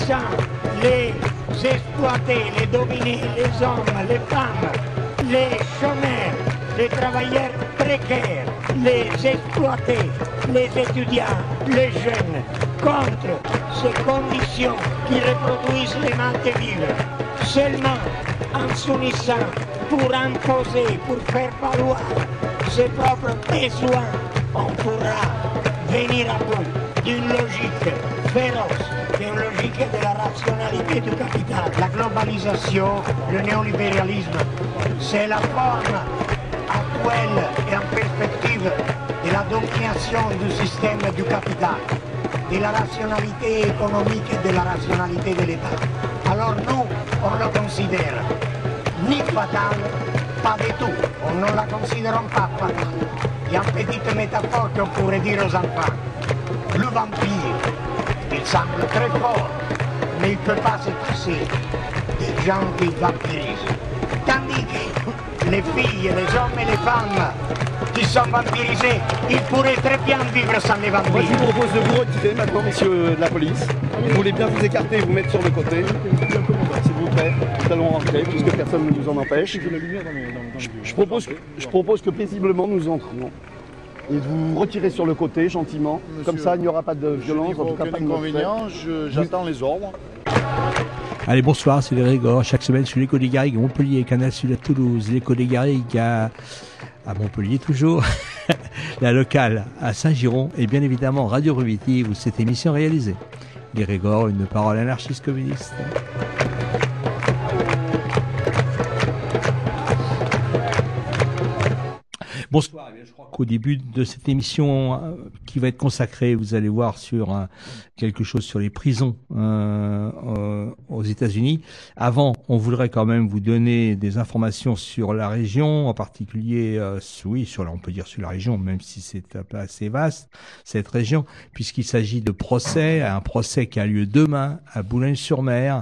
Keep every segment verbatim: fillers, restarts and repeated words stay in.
sans les exploités, les dominés, les hommes, les femmes, les chômeurs, les travailleurs précaires, les exploités, les étudiants, les jeunes, contre ces conditions qui reproduisent les mal de vivre. Seulement en s'unissant pour imposer, pour faire valoir ses propres besoins, on pourra venir à bout d'une logique féroce, d'une logique de la rationalité du capital. La globalisation, le néolibéralisme, c'est la forme actuelle et en perspective de la domination du système du capital, de la rationalité économique et de la rationalité de l'État. Alors nous, on le considère ni fatal, pas du tout. On ne la considère pas fatale. Il y a une petite métaphore qu'on pourrait dire aux enfants. Le vampire, il semble très fort, mais il ne peut pas se passer des gens qui vampirisent. Tandis que les filles, les hommes et les femmes qui sont vampirisés, ils pourraient très bien vivre sans les vampires. Moi je vous propose de vous retirer maintenant, messieurs de la police. Vous voulez bien vous écarter et vous mettre sur le côté. S'il vous plaît, nous allons rentrer puisque personne ne nous en empêche. Je, je, propose, je propose que paisiblement nous entrions. Et de vous retirer sur le côté gentiment. Monsieur, comme ça il n'y aura pas de violence, en tout cas pas de inconvénient. J'attends les ordres. Allez, bonsoir, c'est les Régors. Chaque semaine sur l'écho des Garrigues à Montpellier, Canal Sud à Toulouse, l'écho des Garrigues à, à Montpellier toujours, la locale à Saint-Giron et bien évidemment Radio Primitive où cette émission est réalisée. Les Régors, une parole anarchiste communiste. Bonsoir. Je crois qu'au début de cette émission euh, qui va être consacrée, vous allez voir sur euh, quelque chose sur les prisons euh, euh, aux États-Unis. Avant, on voudrait quand même vous donner des informations sur la région, en particulier, euh, oui, sur on peut dire sur la région, même si c'est un peu assez vaste cette région, puisqu'il s'agit de procès, un procès qui a lieu demain à Boulogne-sur-Mer.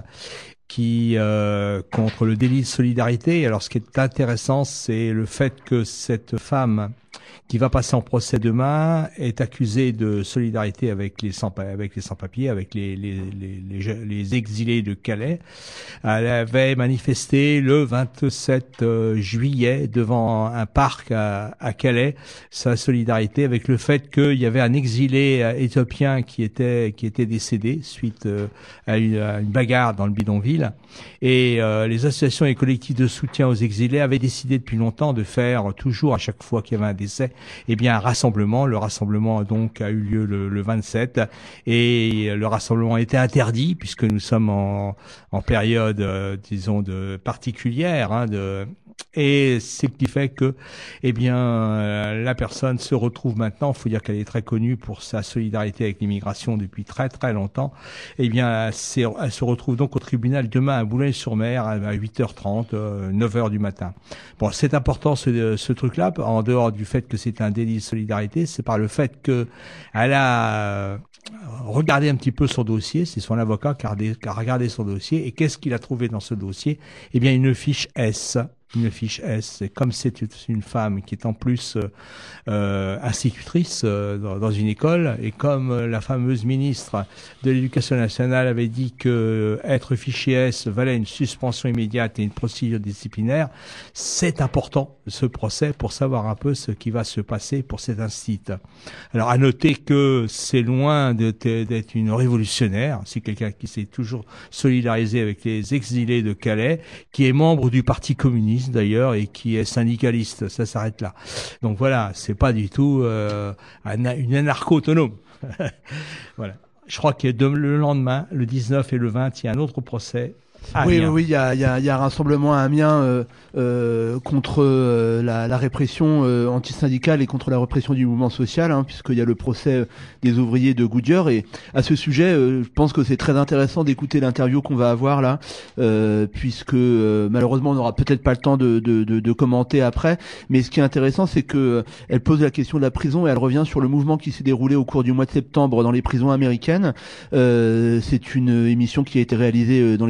Qui euh, contre le délit de solidarité. Alors, ce qui est intéressant, c'est le fait que cette femme qui va passer en procès demain est accusée de solidarité avec les sans avec les sans-papiers, avec les les, les les les exilés de Calais. Elle avait manifesté le vingt-sept juillet devant un parc à, à Calais sa solidarité avec le fait qu'il y avait un exilé éthiopien qui était qui était décédé suite à une, à une bagarre dans le bidonville. Et euh, les associations et collectifs de soutien aux exilés avaient décidé depuis longtemps de faire toujours à chaque fois qu'il y avait un décès, eh bien un rassemblement. Le rassemblement donc a eu lieu le, le vingt-sept et le rassemblement a été interdit puisque nous sommes en, en période, euh, disons, de particulière, hein, de et c'est ce qui fait que, eh bien, euh, la personne se retrouve maintenant. Il faut dire qu'elle est très connue pour sa solidarité avec l'immigration depuis très très longtemps. Eh bien, elle, elle se retrouve donc au tribunal demain à Boulogne-sur-Mer à huit heures trente, euh, neuf heures du matin. Bon, c'est important ce, ce truc-là, en dehors du fait que c'est un délit de solidarité, c'est par le fait que elle a euh, regardé un petit peu son dossier. C'est son avocat qui a, qui a regardé son dossier. Et qu'est-ce qu'il a trouvé dans ce dossier? Eh bien, une fiche S. Une fiche S. Et comme c'est une femme qui est en plus euh, euh, institutrice euh, dans, dans une école, et comme euh, la fameuse ministre de l'Éducation nationale avait dit que euh, être fiché S valait une suspension immédiate et une procédure disciplinaire, c'est important ce procès pour savoir un peu ce qui va se passer pour cet institut. Alors à noter que c'est loin d'être une révolutionnaire, c'est quelqu'un qui s'est toujours solidarisé avec les exilés de Calais, qui est membre du Parti communiste d'ailleurs et qui est syndicaliste, ça s'arrête là. Donc voilà, c'est pas du tout euh, une anarcho-autonome. Voilà. Je crois que le lendemain, le dix-neuf et le vingt, il y a un autre procès. Ah, oui, oui, oui, il y a, il y a, il y a un rassemblement à Amiens euh, euh, contre euh, la, la répression euh, antisyndicale et contre la répression du mouvement social, hein, puisqu'il y a le procès des ouvriers de Goodyear. Et à ce sujet, euh, je pense que c'est très intéressant d'écouter l'interview qu'on va avoir là, euh, puisque euh, malheureusement on n'aura peut-être pas le temps de, de, de, de commenter après. Mais ce qui est intéressant, c'est que euh, elle pose la question de la prison et elle revient sur le mouvement qui s'est déroulé au cours du mois de septembre dans les prisons américaines. Euh, c'est une émission qui a été réalisée dans les studios de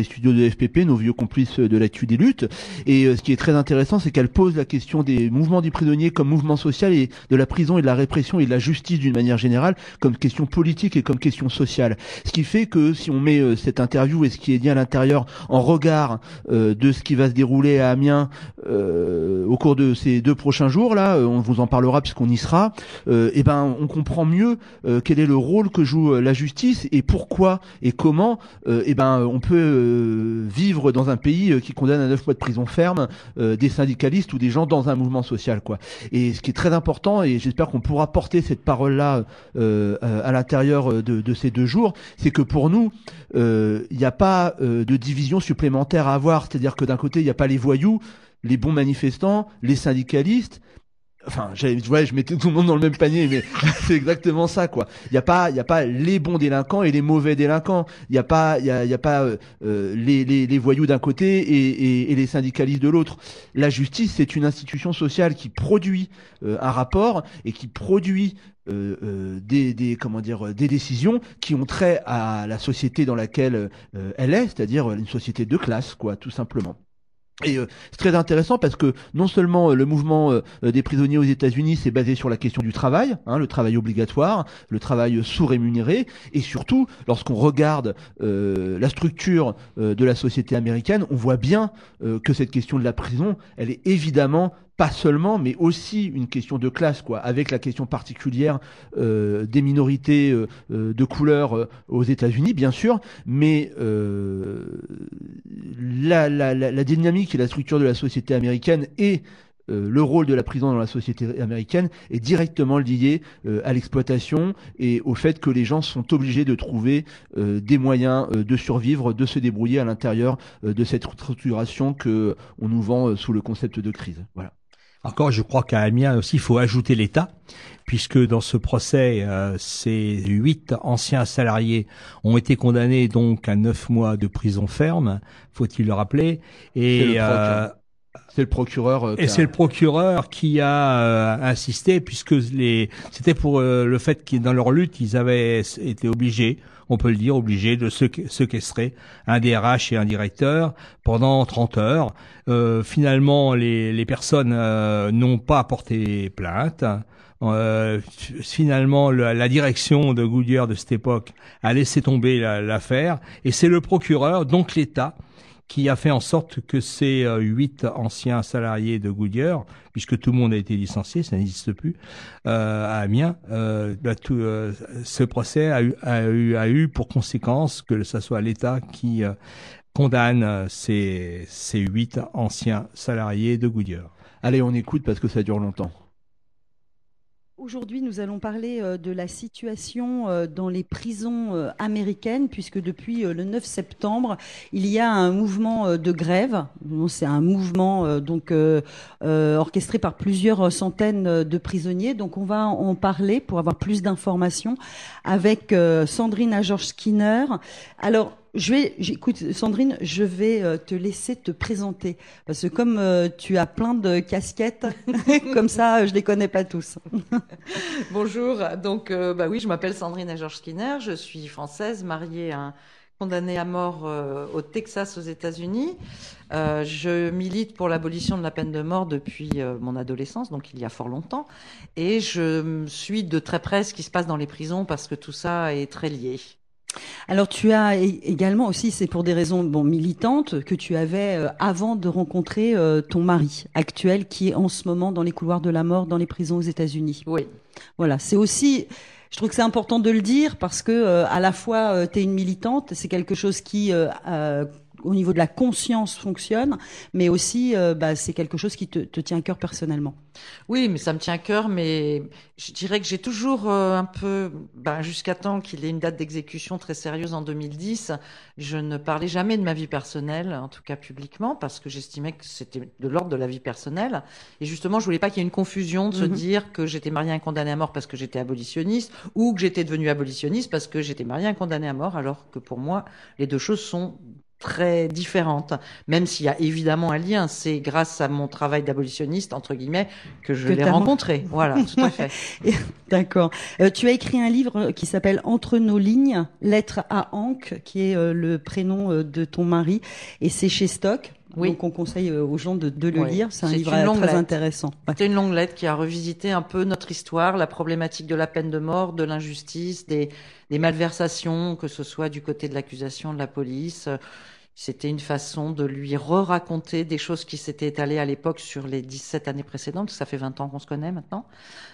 de F P P, nos vieux complices de l'actu des luttes. Et euh, ce qui est très intéressant, c'est qu'elle pose la question des mouvements du prisonnier comme mouvement social et de la prison et de la répression et de la justice d'une manière générale comme question politique et comme question sociale. Ce qui fait que si on met euh, cette interview et ce qui est dit à l'intérieur en regard euh, de ce qui va se dérouler à Amiens euh, au cours de ces deux prochains jours, là, euh, on vous en parlera puisqu'on y sera, euh, et ben on comprend mieux euh, quel est le rôle que joue euh, la justice et pourquoi et comment euh, et ben on peut euh, vivre dans un pays euh, qui condamne à neuf mois de prison ferme euh, des syndicalistes ou des gens dans un mouvement social, quoi. Et ce qui est très important, et j'espère qu'on pourra porter cette parole-là euh, à l'intérieur de, de ces deux jours, c'est que pour nous, il euh, n'y a pas euh, de division supplémentaire à avoir. C'est-à-dire que d'un côté, il n'y a pas les voyous, les bons manifestants, les syndicalistes. Enfin, ouais, je mettais tout le monde dans le même panier, mais c'est exactement ça, quoi. Il y a pas, il y a pas les bons délinquants et les mauvais délinquants. Il y a pas, il y a, il y a pas euh, les, les, les voyous d'un côté et, et, et les syndicalistes de l'autre. La justice, c'est une institution sociale qui produit euh, un rapport et qui produit euh, euh, des, des, comment dire, des décisions qui ont trait à la société dans laquelle euh, elle est, c'est-à-dire une société de classe, quoi, tout simplement. Et euh, c'est très intéressant parce que non seulement euh, le mouvement euh, des prisonniers aux États-Unis s'est basé sur la question du travail, hein, le travail obligatoire, le travail sous-rémunéré, et surtout lorsqu'on regarde euh, la structure euh, de la société américaine, on voit bien euh, que cette question de la prison, elle est évidemment pas seulement, mais aussi une question de classe, quoi, avec la question particulière euh, des minorités euh, de couleur euh, aux États-Unis, bien sûr, mais euh, la, la, la, la dynamique et la structure de la société américaine et euh, le rôle de la prison dans la société américaine est directement lié euh, à l'exploitation et au fait que les gens sont obligés de trouver euh, des moyens euh, de survivre, de se débrouiller à l'intérieur euh, de cette structuration que on nous vend euh, sous le concept de crise. Voilà. Encore, je crois qu'à Amiens aussi, il faut ajouter l'État, puisque dans ce procès, euh, ces huit anciens salariés ont été condamnés donc à neuf mois de prison ferme, faut-il le rappeler. Et euh, c'est le procureur. Euh, et c'est le procureur qui a euh, insisté, puisque les c'était pour euh, le fait qu'ils dans leur lutte, ils avaient été obligés, on peut le dire, obligés de séquestrer un D R H et un directeur pendant trente heures. Euh, finalement, les, les personnes euh, n'ont pas porté plainte. Euh, finalement, le, la direction de Goodyear de cette époque a laissé tomber l'affaire, et c'est le procureur, donc l'État, qui a fait en sorte que ces euh, huit anciens salariés de Goodyear, puisque tout le monde a été licencié, ça n'existe plus, euh, à Amiens, euh, bah, tout, euh, ce procès a eu, a, eu, a eu pour conséquence que ce soit l'État qui euh, condamne ces, ces huit anciens salariés de Goodyear. Allez, on écoute parce que ça dure longtemps. Aujourd'hui, nous allons parler euh, de la situation euh, dans les prisons euh, américaines, puisque depuis euh, le neuf septembre, il y a un mouvement euh, de grève. C'est un mouvement euh, donc euh, euh, orchestré par plusieurs centaines de prisonniers. Donc, on va en parler pour avoir plus d'informations avec euh, Sandrine Ajorge-Skinner. Alors, Je vais, j'écoute, Sandrine, je vais euh, te laisser te présenter parce que comme euh, tu as plein de casquettes, comme ça, je les connais pas tous. Bonjour, donc euh, bah oui, je m'appelle Sandrine Ajorge-Skinner, je suis française, mariée à un condamné à mort euh, au Texas, aux États-Unis. Euh, je milite pour l'abolition de la peine de mort depuis euh, mon adolescence, donc il y a fort longtemps, et je suis de très près ce qui se passe dans les prisons parce que tout ça est très lié. Alors tu as également aussi, c'est pour des raisons bon militantes, que tu avais euh, avant de rencontrer euh, ton mari actuel qui est en ce moment dans les couloirs de la mort dans les prisons aux États-Unis. Oui. Voilà, c'est aussi, je trouve que c'est important de le dire parce que euh, à la fois euh, tu es une militante, c'est quelque chose qui euh, euh, au niveau de la conscience fonctionne, mais aussi euh, bah, c'est quelque chose qui te, te tient à cœur personnellement. Oui, mais ça me tient à cœur, mais je dirais que j'ai toujours euh, un peu, ben, jusqu'à temps qu'il ait une date d'exécution très sérieuse en deux mille dix, je ne parlais jamais de ma vie personnelle, en tout cas publiquement, parce que j'estimais que c'était de l'ordre de la vie personnelle. Et justement, je voulais pas qu'il y ait une confusion de se mm-hmm. dire que j'étais mariée à un condamné à mort parce que j'étais abolitionniste, ou que j'étais devenue abolitionniste parce que j'étais mariée à un condamné à mort, alors que pour moi, les deux choses sont très différentes, même s'il y a évidemment un lien. C'est grâce à mon travail d'abolitionniste, entre guillemets, que je Que l'ai t'as- rencontré. Voilà, tout à fait. D'accord. Euh, tu as écrit un livre qui s'appelle Entre nos lignes, lettre à Hank, qui est euh, le prénom euh, de ton mari, et c'est chez Stock. Oui. Donc on conseille euh, aux gens de, de le Oui. lire. C'est un C'est livre une euh, longue très lettre. intéressant. Ouais. C'est une longue lettre qui a revisité un peu notre histoire, la problématique de la peine de mort, de l'injustice, des, des malversations, que ce soit du côté de l'accusation, de la police. C'était une façon de lui re-raconter des choses qui s'étaient étalées à l'époque sur les dix-sept années précédentes, parce que ça fait vingt ans qu'on se connaît maintenant.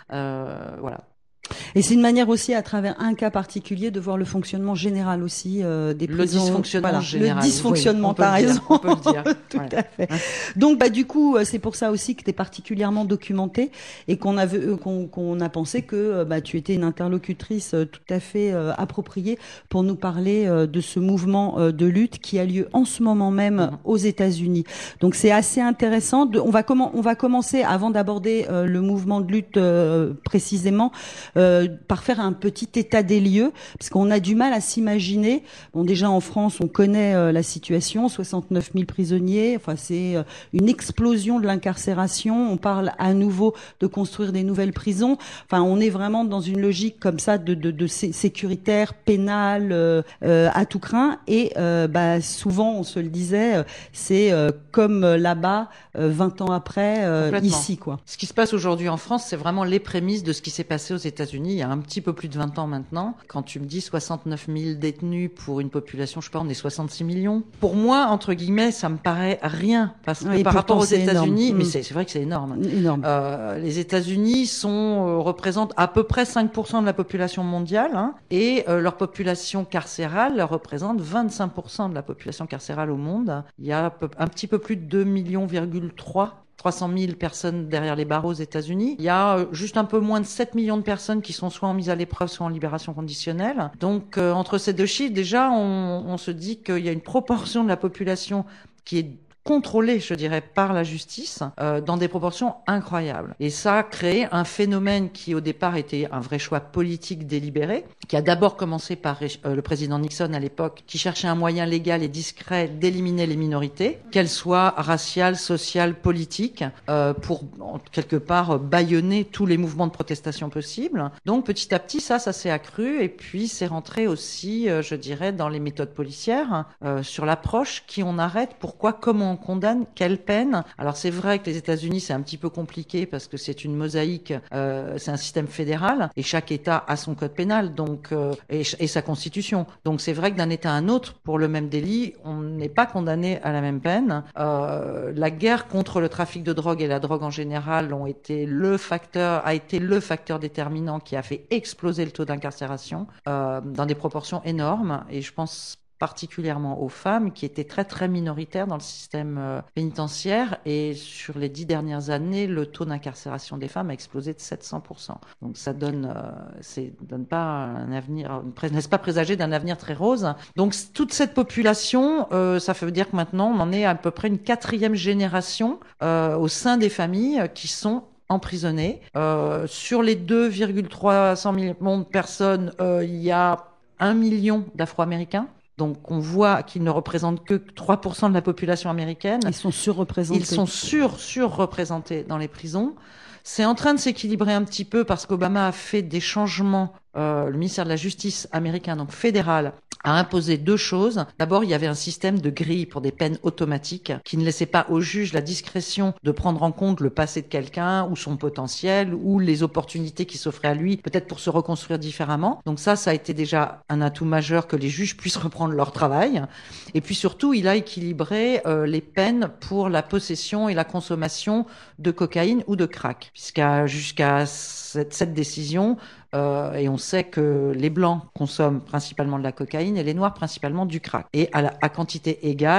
Euh, voilà. Et c'est une manière aussi, à travers un cas particulier, de voir le fonctionnement général aussi euh, des Le prisons. dysfonctionnement Voilà, général. Le dysfonctionnement, Oui, on peut t'as le dire, raison. on peut le dire. Tout Ouais. à fait. Donc, bah, du coup, euh, c'est pour ça aussi que tu es particulièrement documenté et qu'on a, vu- euh, qu'on, qu'on a pensé que euh, bah, tu étais une interlocutrice euh, tout à fait euh, appropriée pour nous parler euh, de ce mouvement euh, de lutte qui a lieu en ce moment même Mhm. aux États-Unis. Donc, c'est assez intéressant. De, on, va comment, on va commencer, avant d'aborder euh, le mouvement de lutte euh, précisément, euh, par faire un petit état des lieux, parce qu'on a du mal à s'imaginer. Bon, déjà en France, on connaît euh, la situation, soixante-neuf mille prisonniers, enfin c'est euh, une explosion de l'incarcération. On parle à nouveau de construire des nouvelles prisons. Enfin, on est vraiment dans une logique comme ça de, de, de sé- sécuritaire, pénale, euh, euh, à tout crin. Et euh, bah, souvent, on se le disait, euh, c'est euh, comme euh, là-bas, euh, vingt ans après, euh, Complètement. ici, quoi. Ce qui se passe aujourd'hui en France, c'est vraiment les prémices de ce qui s'est passé aux États-Unis il y a un petit peu plus de vingt ans maintenant. Quand tu me dis soixante-neuf mille détenus pour une population, je sais pas, on est soixante-six millions. Pour moi, entre guillemets, ça me paraît rien. Parce que Oui, par pourtant, rapport aux c'est États-Unis, énorme. mais Mm. c'est, c'est vrai que c'est énorme. Énorme. Euh, les États-Unis sont euh, représentent à peu près cinq pour cent de la population mondiale, hein, et euh, leur population carcérale représente vingt-cinq pour cent de la population carcérale au monde. Il y a un, peu, un petit peu plus de deux millions virgule trois trois cent mille personnes derrière les barreaux aux États-Unis. Il y a euh, juste un peu moins de sept millions de personnes qui sont soit en mise à l'épreuve, soit en libération conditionnelle. Donc, euh, entre ces deux chiffres, déjà, on, on se dit qu'il y a une proportion de la population qui est contrôlée, je dirais, par la justice, euh, dans des proportions incroyables. Et ça a créé un phénomène qui, au départ, était un vrai choix politique délibéré, qui a d'abord commencé par euh, le président Nixon à l'époque, qui cherchait un moyen légal et discret d'éliminer les minorités, qu'elles soient raciales, sociales, politiques, euh, pour, en, quelque part, bâillonner tous les mouvements de protestation possibles. Donc, petit à petit, ça, ça s'est accru, et puis c'est rentré aussi, euh, je dirais, dans les méthodes policières, euh, sur l'approche, qui on arrête, pourquoi, comment on condamne, quelle peine. Alors c'est vrai que les États-Unis c'est un petit peu compliqué parce que c'est une mosaïque, euh, c'est un système fédéral et chaque État a son code pénal donc euh, et, et sa constitution. Donc c'est vrai que d'un État à un autre pour le même délit, on n'est pas condamné à la même peine. Euh, la guerre contre le trafic de drogue et la drogue en général ont été le facteur, a été le facteur déterminant qui a fait exploser le taux d'incarcération euh, dans des proportions énormes et je pense particulièrement aux femmes qui étaient très très minoritaires dans le système euh, pénitentiaire et sur les dix dernières années le taux d'incarcération des femmes a explosé de sept cents pour cent. Donc ça donne euh, c'est donne pas un avenir, n'est-ce pas présager d'un avenir très rose. Donc toute cette population euh, ça veut dire que maintenant on en est à peu près une quatrième génération euh, au sein des familles qui sont emprisonnés. Euh, sur les deux virgule trois millions de personnes, euh, il y a un million d'Afro-Américains. Donc on voit qu'ils ne représentent que trois pour cent de la population américaine. Ils sont surreprésentés. Ils sont sur, surreprésentés dans les prisons. C'est en train de s'équilibrer un petit peu parce qu'Obama a fait des changements. Euh, le ministère de la Justice américain, donc fédéral, a imposé deux choses. D'abord, il y avait un système de grille pour des peines automatiques qui ne laissait pas au juge la discrétion de prendre en compte le passé de quelqu'un ou son potentiel ou les opportunités qui s'offraient à lui, peut-être pour se reconstruire différemment. Donc ça, ça a été déjà un atout majeur que les juges puissent reprendre leur travail. Et puis surtout, il a équilibré euh, les peines pour la possession et la consommation de cocaïne ou de crack, puisqu'à jusqu'à cette, cette décision, Euh, et on sait que les blancs consomment principalement de la cocaïne et les noirs principalement du crack. Et à, la, à quantité égale,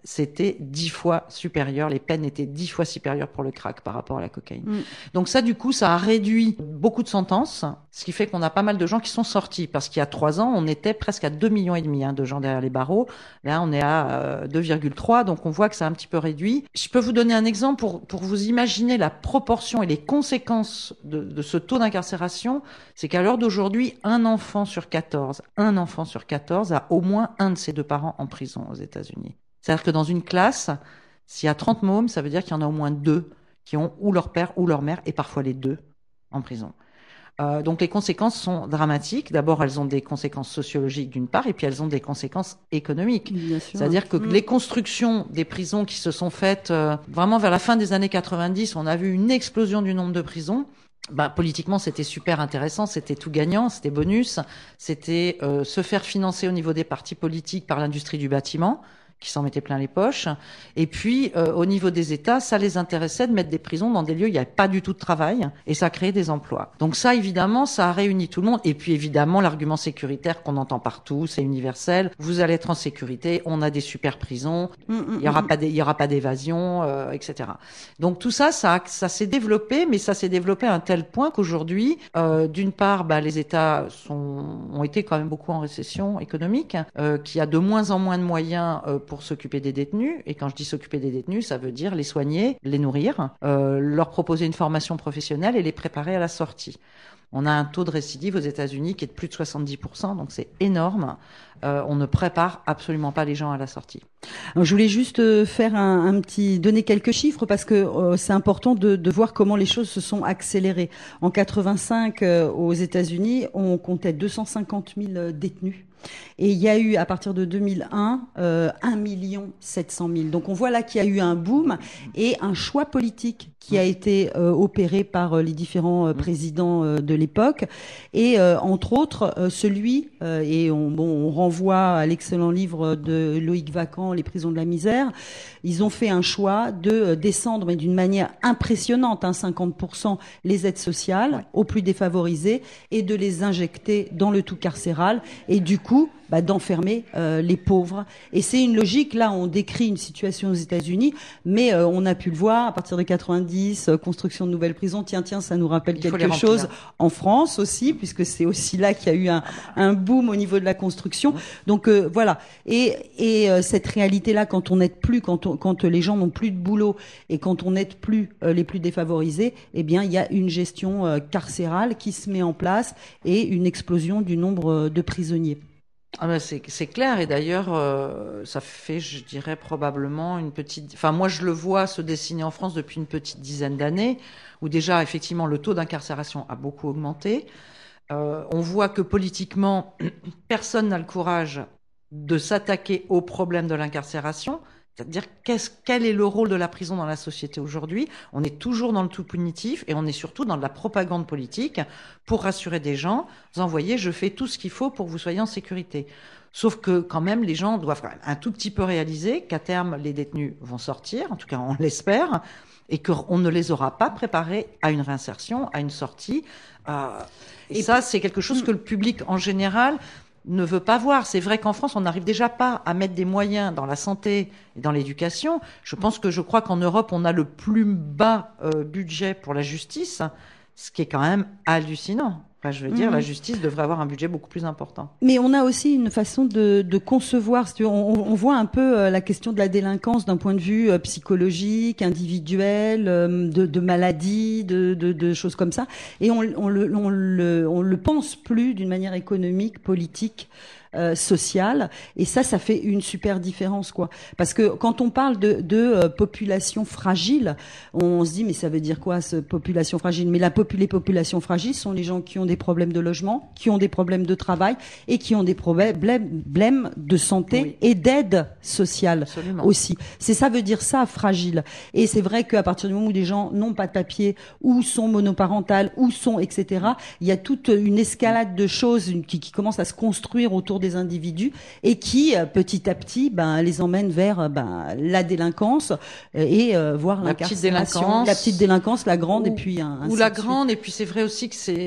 c'était dix fois supérieur, les peines étaient dix fois supérieures pour le crack par rapport à la cocaïne. Mm. Donc ça, du coup, ça a réduit beaucoup de sentences, ce qui fait qu'on a pas mal de gens qui sont sortis, parce qu'il y a trois ans, on était presque à deux millions et demi hein, de gens derrière les barreaux. Là, on est à euh, deux virgule trois, donc on voit que ça a un petit peu réduit. Je peux vous donner un exemple pour, pour vous imaginer la proportion et les conséquences de, de ce taux d'incarcération. C'est qu'à l'heure d'aujourd'hui, un enfant sur quatorze, un enfant sur quatorze a au moins un de ses deux parents en prison aux États-Unis. C'est-à-dire que dans une classe, s'il y a trente mômes, ça veut dire qu'il y en a au moins deux qui ont ou leur père ou leur mère, et parfois les deux, en prison. Euh, donc les conséquences sont dramatiques. D'abord, elles ont des conséquences sociologiques d'une part, et puis elles ont des conséquences économiques. C'est-à-dire que mmh. les constructions des prisons qui se sont faites euh, vraiment vers la fin des années quatre-vingt-dix, on a vu une explosion du nombre de prisons. Bah, politiquement, c'était super intéressant, c'était tout gagnant, c'était bonus, c'était euh, se faire financer au niveau des partis politiques par l'industrie du bâtiment, qui s'en mettaient plein les poches. Et puis, euh, au niveau des États, ça les intéressait de mettre des prisons dans des lieux où il n'y avait pas du tout de travail, et ça créait des emplois. Donc ça, évidemment, ça a réuni tout le monde. Et puis, évidemment, l'argument sécuritaire qu'on entend partout, c'est universel. Vous allez être en sécurité, on a des super prisons, il y aura pas il y aura pas d'évasion, euh, et cetera. Donc tout ça, ça, ça s'est développé, mais ça s'est développé à un tel point qu'aujourd'hui, euh, d'une part, bah, les États sont, ont été quand même beaucoup en récession économique, euh, qu'il y a de moins en moins de moyens euh, pour s'occuper des détenus. Et quand je dis s'occuper des détenus, ça veut dire les soigner, les nourrir, euh, leur proposer une formation professionnelle et les préparer à la sortie. On a un taux de récidive aux États-Unis qui est de plus de soixante-dix pour cent, donc c'est énorme. Euh, on ne prépare absolument pas les gens à la sortie. Alors, je voulais juste faire un, un petit, donner quelques chiffres parce que euh, c'est important de, de voir comment les choses se sont accélérées. En quatre-vingt-cinq, euh, aux États-Unis, on comptait deux cent cinquante mille détenus. Et il y a eu, à partir de deux mille un, euh, un million sept cent mille. Donc on voit là qu'il y a eu un boom et un choix politique qui a été euh, opéré par euh, les différents euh, présidents euh, de l'époque. Et euh, entre autres, euh, celui, euh, et on, bon, on renvoie à l'excellent livre de Loïc Vacan, Les prisons de la misère, ils ont fait un choix de euh, descendre, mais d'une manière impressionnante, hein, cinquante pour cent, les aides sociales ouais. aux plus défavorisés et de les injecter dans le tout carcéral. Et du coup, Bah, d'enfermer euh, les pauvres. Et c'est une logique, là on décrit une situation aux États-Unis, mais euh, on a pu le voir à partir de quatre-vingt-dix, euh, construction de nouvelles prisons, tiens, tiens, ça nous rappelle Il quelque chose en France aussi, puisque c'est aussi là qu'il y a eu un, un boom au niveau de la construction. Donc euh, voilà, et, et euh, cette réalité-là, quand on n'aide plus, quand, on, quand les gens n'ont plus de boulot, et quand on n'aide plus euh, les plus défavorisés, eh bien il y a une gestion euh, carcérale qui se met en place, et une explosion du nombre euh, de prisonniers. Ah ben c'est, c'est clair, et d'ailleurs, euh, ça fait, je dirais, probablement une petite... Enfin, moi, je le vois se dessiner en France depuis une petite dizaine d'années, où déjà, effectivement, le taux d'incarcération a beaucoup augmenté. Euh, on voit que politiquement, personne n'a le courage de s'attaquer au problème de l'incarcération. C'est-à-dire, qu'est-ce, quel est le rôle de la prison dans la société aujourd'hui ? On est toujours dans le tout punitif et on est surtout dans de la propagande politique pour rassurer des gens, vous envoyez, je fais tout ce qu'il faut pour que vous soyez en sécurité. Sauf que quand même, les gens doivent quand même un tout petit peu réaliser qu'à terme, les détenus vont sortir, en tout cas on l'espère, et qu'on ne les aura pas préparés à une réinsertion, à une sortie. Euh, et, et ça, c'est quelque chose que le public en général ne veut pas voir. C'est vrai qu'en France, on n'arrive déjà pas à mettre des moyens dans la santé et dans l'éducation. Je pense que je crois qu'en Europe, on a le plus bas euh, budget pour la justice, ce qui est quand même hallucinant. Enfin, je veux dire, mmh. la justice devrait avoir un budget beaucoup plus important. Mais on a aussi une façon de, de concevoir. On, on voit un peu euh, la question de la délinquance d'un point de vue euh, psychologique, individuel, euh, de, de maladie, de, de, de choses comme ça. Et on, on, le, on, le, on le pense plus d'une manière économique, politique. Euh, sociale, et ça, ça fait une super différence, quoi. Parce que quand on parle de, de euh, population fragile, on se dit mais ça veut dire quoi, ce population fragile ? Mais la popu- les populations fragiles sont les gens qui ont des problèmes de logement, qui ont des problèmes de travail et qui ont des problèmes blême de santé oui. et d'aide sociale Absolument. Aussi. C'est ça veut dire ça, fragile. Et c'est vrai qu'à partir du moment où les gens n'ont pas de papier, ou sont monoparentales, ou sont et cetera, il y a toute une escalade de choses qui, qui commence à se construire autour des des individus et qui petit à petit ben les emmène vers ben la délinquance et euh, voire la l'incarcération, petite délinquance, la petite délinquance, la grande ou, et puis un, un ou la grande et puis c'est vrai aussi que c'est c'est un cercle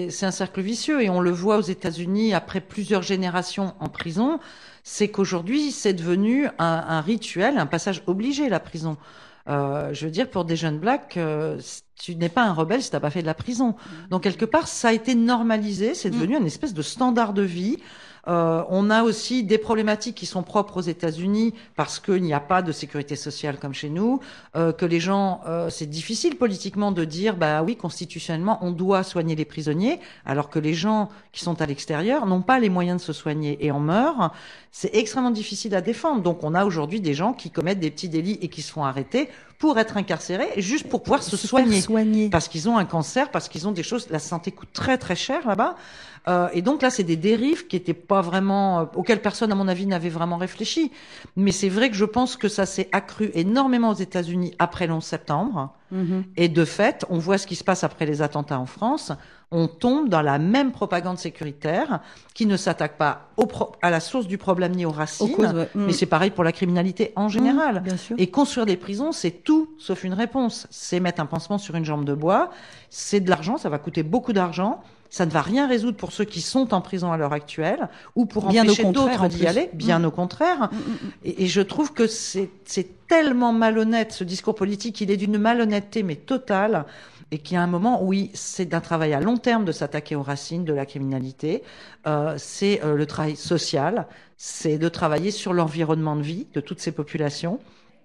cercle vicieux et on le voit aux États-Unis après plusieurs générations en prison. C'est qu'aujourd'hui, c'est devenu un, un rituel, un passage obligé, la prison. Euh, je veux dire, pour des jeunes blacks, euh, tu n'es pas un rebelle si t'as pas fait de la prison. Donc quelque part, ça a été normalisé, c'est devenu une espèce de standard de vie. Euh, on a aussi des problématiques qui sont propres aux États-Unis parce qu'il n'y a pas de sécurité sociale comme chez nous, euh, que les gens, euh, c'est difficile politiquement de dire, bah oui, constitutionnellement, on doit soigner les prisonniers, alors que les gens qui sont à l'extérieur n'ont pas les moyens de se soigner et en meurent. C'est extrêmement difficile à défendre. Donc on a aujourd'hui des gens qui commettent des petits délits et qui se font arrêter pour être incarcérés, juste pour pouvoir se, se soigner. soigner. Parce qu'ils ont un cancer, parce qu'ils ont des choses, la santé coûte très très cher là-bas. Euh, et donc là, c'est des dérives qui étaient pas vraiment, euh, auxquelles personne, à mon avis, n'avait vraiment réfléchi. Mais c'est vrai que je pense que ça s'est accru énormément aux États-Unis après le onze septembre. Mm-hmm. Et de fait, on voit ce qui se passe après les attentats en France. On tombe dans la même propagande sécuritaire qui ne s'attaque pas au pro- à la source du problème ni aux racines. Aux causes, ouais. mm. Mais c'est pareil pour la criminalité en général. Mm, bien sûr. Et construire des prisons, c'est tout sauf une réponse. C'est mettre un pansement sur une jambe de bois. C'est de l'argent, ça va coûter beaucoup d'argent. Ça ne va rien résoudre pour ceux qui sont en prison à l'heure actuelle ou pour bien empêcher d'autres d'y aller. Bien mmh. au contraire. Mmh, mmh. Et, et je trouve que c'est, c'est tellement malhonnête, ce discours politique. Il est d'une malhonnêteté, mais totale. Et qu'il y a un moment où oui, c'est d'un travail à long terme de s'attaquer aux racines de la criminalité. Euh, c'est euh, le travail social. C'est de travailler sur l'environnement de vie de toutes ces populations.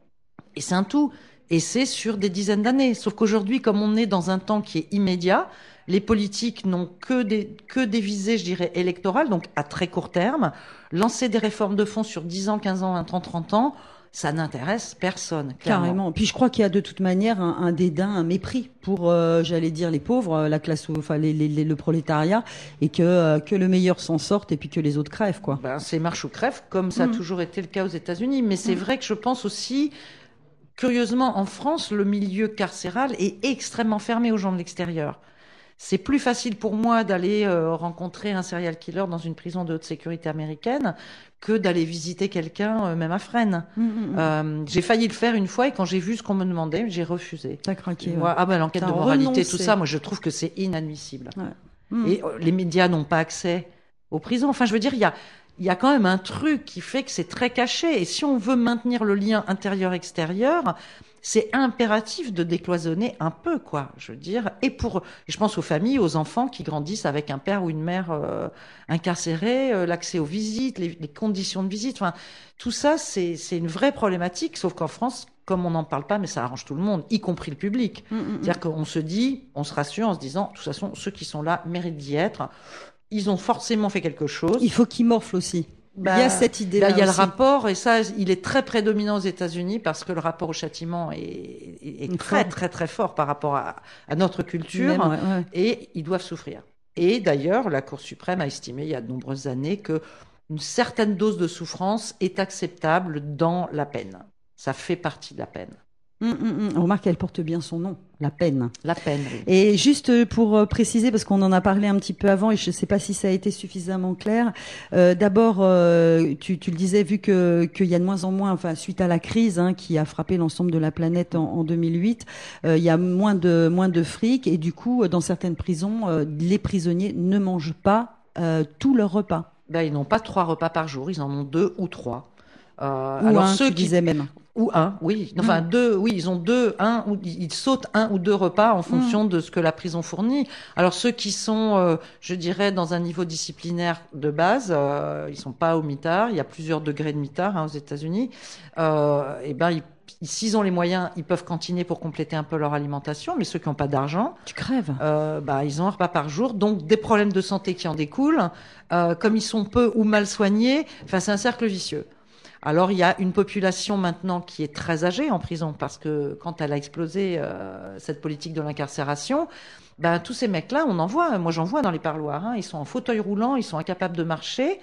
Et c'est un tout. Et c'est sur des dizaines d'années. Sauf qu'aujourd'hui, comme on est dans un temps qui est immédiat, les politiques n'ont que des, que des visées, je dirais, électorales, donc à très court terme. Lancer des réformes de fond sur dix ans, quinze ans, vingt ans, trente ans, ça n'intéresse personne, clairement. Carrément. Puis je crois qu'il y a de toute manière un, un dédain, un mépris pour, euh, j'allais dire, les pauvres, la classe, enfin les, les, les, le prolétariat, et que euh, que le meilleur s'en sorte et puis que les autres crèvent, quoi. Ben, c'est marche ou crève, comme ça mmh. a toujours été le cas aux États-Unis. Mais c'est mmh. vrai que je pense aussi, curieusement, en France, le milieu carcéral est extrêmement fermé aux gens de l'extérieur. C'est plus facile pour moi d'aller euh, rencontrer un serial killer dans une prison de haute sécurité américaine que d'aller visiter quelqu'un, euh, même à Fresnes. Mmh, mmh. Euh, j'ai failli le faire une fois et quand j'ai vu ce qu'on me demandait, j'ai refusé. T'as craqué. Ouais. Ouais, ah ben l'enquête T'as de moralité, renoncé. Tout ça, moi je trouve que c'est inadmissible. Ouais. Mmh. Et euh, les médias n'ont pas accès aux prisons. Enfin, je veux dire, il y a, il y a quand même un truc qui fait que c'est très caché. Et si on veut maintenir le lien intérieur-extérieur, c'est impératif de décloisonner un peu, quoi. Je veux dire, et pour, je pense aux familles, aux enfants qui grandissent avec un père ou une mère euh, incarcéré, euh, l'accès aux visites, les, les conditions de visite. Enfin, tout ça, c'est, c'est une vraie problématique. Sauf qu'en France, comme on n'en parle pas, mais ça arrange tout le monde, y compris le public. Mmh, mmh. C'est-à-dire qu'on se dit, on se rassure en se disant, de toute façon, ceux qui sont là méritent d'y être. Ils ont forcément fait quelque chose. Il faut qu'ils morflent aussi. Bah, il y a cette idée-là. Bah, il y a aussi. le rapport, et ça, il est très prédominant aux États-Unis parce que le rapport au châtiment est, est, est très, très, très fort par rapport à, à notre culture, Même, ouais, ouais. et ils doivent souffrir. Et d'ailleurs, la Cour suprême a estimé il y a de nombreuses années que une certaine dose de souffrance est acceptable dans la peine. Ça fait partie de la peine. Mmh, mmh, mmh. On remarque qu'elle porte bien son nom, la peine. La peine, oui. Et juste pour préciser, parce qu'on en a parlé un petit peu avant, et je ne sais pas si ça a été suffisamment clair. Euh, d'abord, euh, tu, tu le disais, vu que qu'il y a de moins en moins, enfin suite à la crise hein, qui a frappé l'ensemble de la planète en, en deux mille huit, euh, il y a moins de moins de fric, et du coup, dans certaines prisons, euh, les prisonniers ne mangent pas euh, tous leurs repas. Ben, ils n'ont pas trois repas par jour, ils en ont deux ou trois. Euh, ou alors un, ceux qui disaient même. Ou un, oui. Enfin, mmh. deux, oui, ils ont deux, un, ou ils sautent un ou deux repas en fonction mmh. de ce que la prison fournit. Alors, ceux qui sont, euh, je dirais, dans un niveau disciplinaire de base, euh, ils sont pas au mitard. Il y a plusieurs degrés de mitard hein, aux États-Unis. Euh, et ben, ils, s'ils ont les moyens, ils peuvent cantiner pour compléter un peu leur alimentation. Mais ceux qui n'ont pas d'argent, tu crèves. Euh, bah, ils ont un repas par jour. Donc, des problèmes de santé qui en découlent. Euh, comme ils sont peu ou mal soignés, enfin, c'est un cercle vicieux. Alors, il y a une population maintenant qui est très âgée en prison parce que quand elle a explosé euh, cette politique de l'incarcération, ben, tous ces mecs-là, on en voit. Moi, j'en vois dans les parloirs. Hein, ils sont en fauteuil roulant, ils sont incapables de marcher.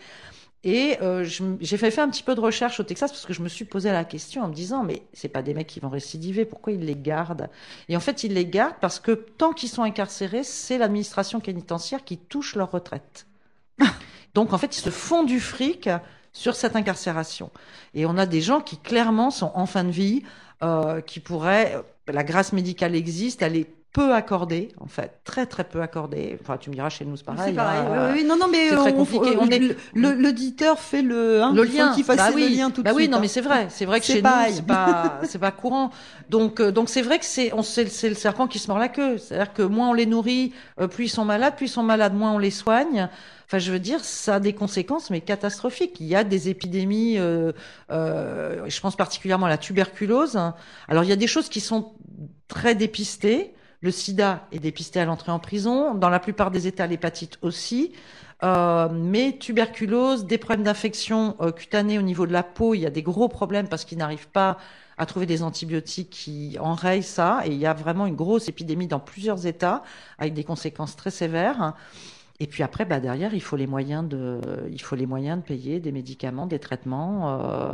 Et euh, je, j'ai fait, fait un petit peu de recherche au Texas parce que je me suis posé la question en me disant mais c'est pas des mecs qui vont récidiver, pourquoi ils les gardent? Et en fait, ils les gardent parce que tant qu'ils sont incarcérés, c'est l'administration pénitentiaire qui touche leur retraite. Donc, en fait, ils se font du fric sur cette incarcération. Et on a des gens qui clairement sont en fin de vie, euh, qui pourraient, la grâce médicale existe, elle est peu accordé, en fait, très très peu accordé. Enfin, tu me diras, chez nous, c'est pareil. C'est pareil. Hein, oui, oui, non, non, mais c'est très on- compliqué. on- On est le- l'auditeur fait le, hein, le il faut lien. qu'il fasse Bah le oui, lien tout de bah oui, suite. non, hein. mais c'est vrai, c'est vrai que C'est chez pareil. nous, c'est pas, c'est pas courant. Donc, euh, donc c'est vrai que c'est, on, c'est, c'est le serpent qui se mord la queue. C'est-à-dire que moins on les nourrit, euh, plus ils sont malades, plus ils sont malades, moins on les soigne. Enfin, je veux dire, ça a des conséquences, mais catastrophiques. Il y a des épidémies, euh, euh, je pense particulièrement à la tuberculose. Alors, il y a des choses qui sont très dépistées. Le sida est dépisté à l'entrée en prison. Dans la plupart des États, l'hépatite aussi. Euh, mais tuberculose, des problèmes d'infection euh, cutanée au niveau de la peau, il y a des gros problèmes parce qu'ils n'arrivent pas à trouver des antibiotiques qui enrayent ça. Et il y a vraiment une grosse épidémie dans plusieurs États avec des conséquences très sévères. Et puis après, bah derrière, il faut les moyens de, il faut les moyens de payer des médicaments, des traitements. Euh,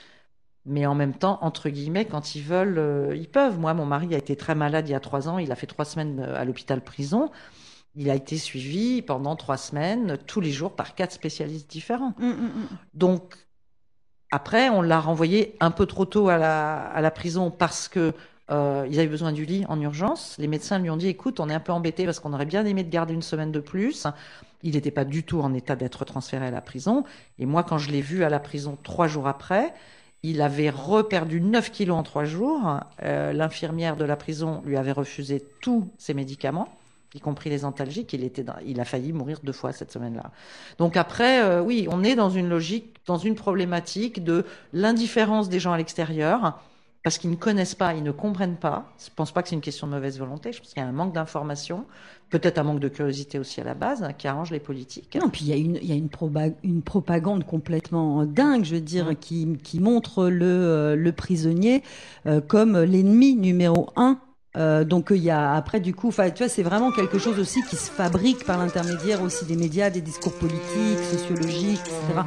mais en même temps, entre guillemets, quand ils veulent, euh, ils peuvent. Moi, mon mari a été très malade il y a trois ans. Il a fait trois semaines à l'hôpital-prison. Il a été suivi pendant trois semaines, tous les jours, par quatre spécialistes différents. Mm, mm, mm. Donc, après, on l'a renvoyé un peu trop tôt à la, à la prison parce que euh, ils avaient besoin du lit en urgence. Les médecins lui ont dit, écoute, on est un peu embêtés parce qu'on aurait bien aimé te garder une semaine de plus. Il n'était pas du tout en état d'être transféré à la prison. Et moi, quand je l'ai vu à la prison trois jours après, il avait reperdu neuf kilos en trois jours. Euh, l'infirmière de la prison lui avait refusé tous ses médicaments, y compris les antalgiques. Il, était dans, il a failli mourir deux fois cette semaine-là. Donc après, euh, oui, on est dans une logique, dans une problématique de l'indifférence des gens à l'extérieur, parce qu'ils ne connaissent pas, ils ne comprennent pas. Je ne pense pas que c'est une question de mauvaise volonté. Je pense qu'il y a un manque d'information, peut-être un manque de curiosité aussi à la base, hein, qui arrange les politiques. Non, puis il y a une, il y a une, proba- une propagande complètement dingue, je veux dire, Mmh. qui, qui montre le, euh, le prisonnier euh, comme l'ennemi numéro un. Euh, donc il y a après du coup, enfin tu vois, c'est vraiment quelque chose aussi qui se fabrique par l'intermédiaire aussi des médias, des discours politiques, sociologiques, et cetera.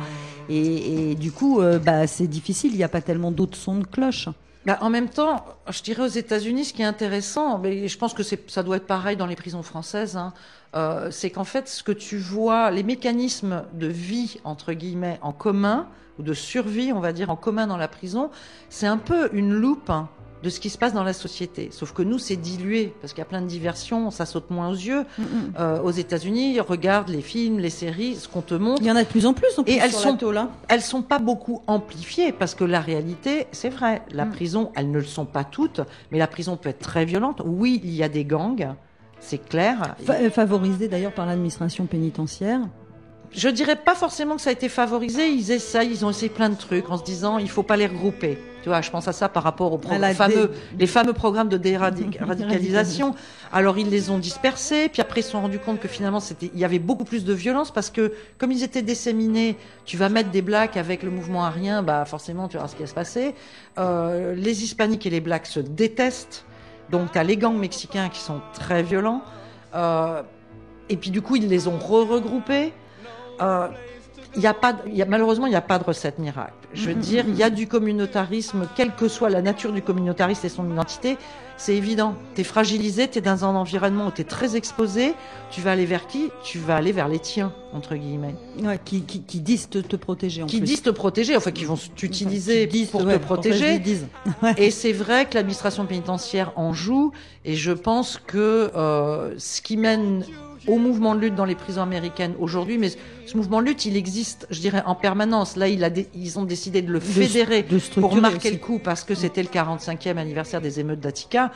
Et, et du coup, euh, bah c'est difficile. Il n'y a pas tellement d'autres sons de cloche. Bah, en même temps, je dirais aux États-Unis, ce qui est intéressant, mais je pense que c'est, ça doit être pareil dans les prisons françaises, hein, euh, c'est qu'en fait, ce que tu vois, les mécanismes de vie, entre guillemets, en commun, ou de survie, on va dire, en commun dans la prison, c'est un peu une loupe, hein, de ce qui se passe dans la société. Sauf que nous, c'est dilué, parce qu'il y a plein de diversions, ça saute moins aux yeux. Mm-hmm. Euh, aux États-Unis, regarde les films, les séries, ce qu'on te montre. Il y en a de plus en plus. En plus Et elles sur sont, la tôle, hein. elles sont pas beaucoup amplifiées parce que la réalité, c'est vrai, la Mm. prison, elles ne le sont pas toutes, mais la prison peut être très violente. Oui, il y a des gangs, c'est clair. Fa- favorisé d'ailleurs par l'administration pénitentiaire. Je dirais pas forcément que ça a été favorisé. Ils essayent, ils ont essayé plein de trucs en se disant, il faut pas les regrouper. Tu vois, je pense à ça par rapport aux pro- À la fameux, dé- les fameux programmes de déradicalisation. Alors ils les ont dispersés, puis après ils se sont rendus compte que finalement c'était, il y avait beaucoup plus de violence parce que comme ils étaient disséminés, tu vas mettre des blacks avec le mouvement arien, bah forcément tu vas voir ce qui va se passer. Euh, les hispaniques et les blacks se détestent, donc t'as les gangs mexicains qui sont très violents. Euh, et puis du coup ils les ont re-regroupés. Euh, il y a pas, il y a, malheureusement, il n'y a pas de recette miracle. Je veux dire, il y a du communautarisme, quelle que soit la nature du communautarisme et son identité, c'est évident. Tu es fragilisé, tu es dans un environnement où tu es très exposé, tu vas aller vers qui? Tu vas aller vers les tiens, entre guillemets. Ouais, qui, qui, qui disent te, te protéger. En Qui plus. disent te protéger, enfin qui vont t'utiliser Qui disent, pour ouais, te protéger. ils disent. Et c'est vrai que l'administration pénitentiaire en joue, et je pense que euh, ce qui mène au mouvement de lutte dans les prisons américaines aujourd'hui, mais ce mouvement de lutte, il existe, je dirais, en permanence. Là, il a dé- ils ont décidé de le fédérer de structurer pour marquer aussi. le coup parce que c'était le quarante-cinquième anniversaire des émeutes d'Attica.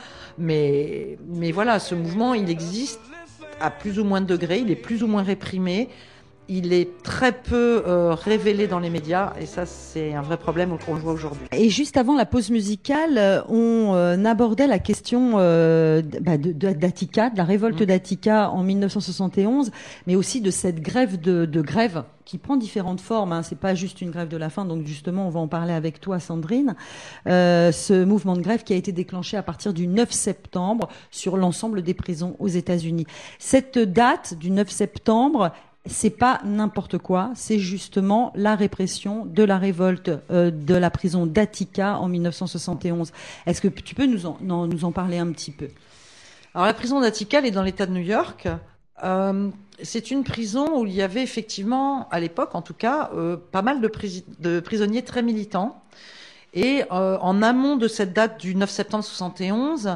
Mais, mais voilà, ce mouvement, il existe à plus ou moins de degrés, il est plus ou moins réprimé. Il est très peu euh, révélé dans les médias et ça, c'est un vrai problème qu'on voit aujourd'hui. Et juste avant la pause musicale, euh, on euh, abordait la question euh, d- bah, de, de, d'Attica, de la révolte Mmh. d'Attica en mille neuf cent soixante et onze, mais aussi de cette grève de, de grève qui prend différentes formes. Hein. C'est pas juste une grève de la faim, donc justement, on va en parler avec toi, Sandrine. Euh, ce mouvement de grève qui a été déclenché à partir du neuf septembre sur l'ensemble des prisons aux États-Unis. Cette date du neuf septembre, c'est pas n'importe quoi, c'est justement la répression de la révolte euh, de la prison d'Attica en mille neuf cent soixante et onze. Est-ce que tu peux nous en, non, nous en parler un petit peu? Alors la prison d'Attica, elle est dans l'État de New York. Euh, c'est une prison où il y avait effectivement, à l'époque en tout cas, euh, pas mal de, pris- de prisonniers très militants. Et euh, en amont de cette date du neuf septembre soixante et onze,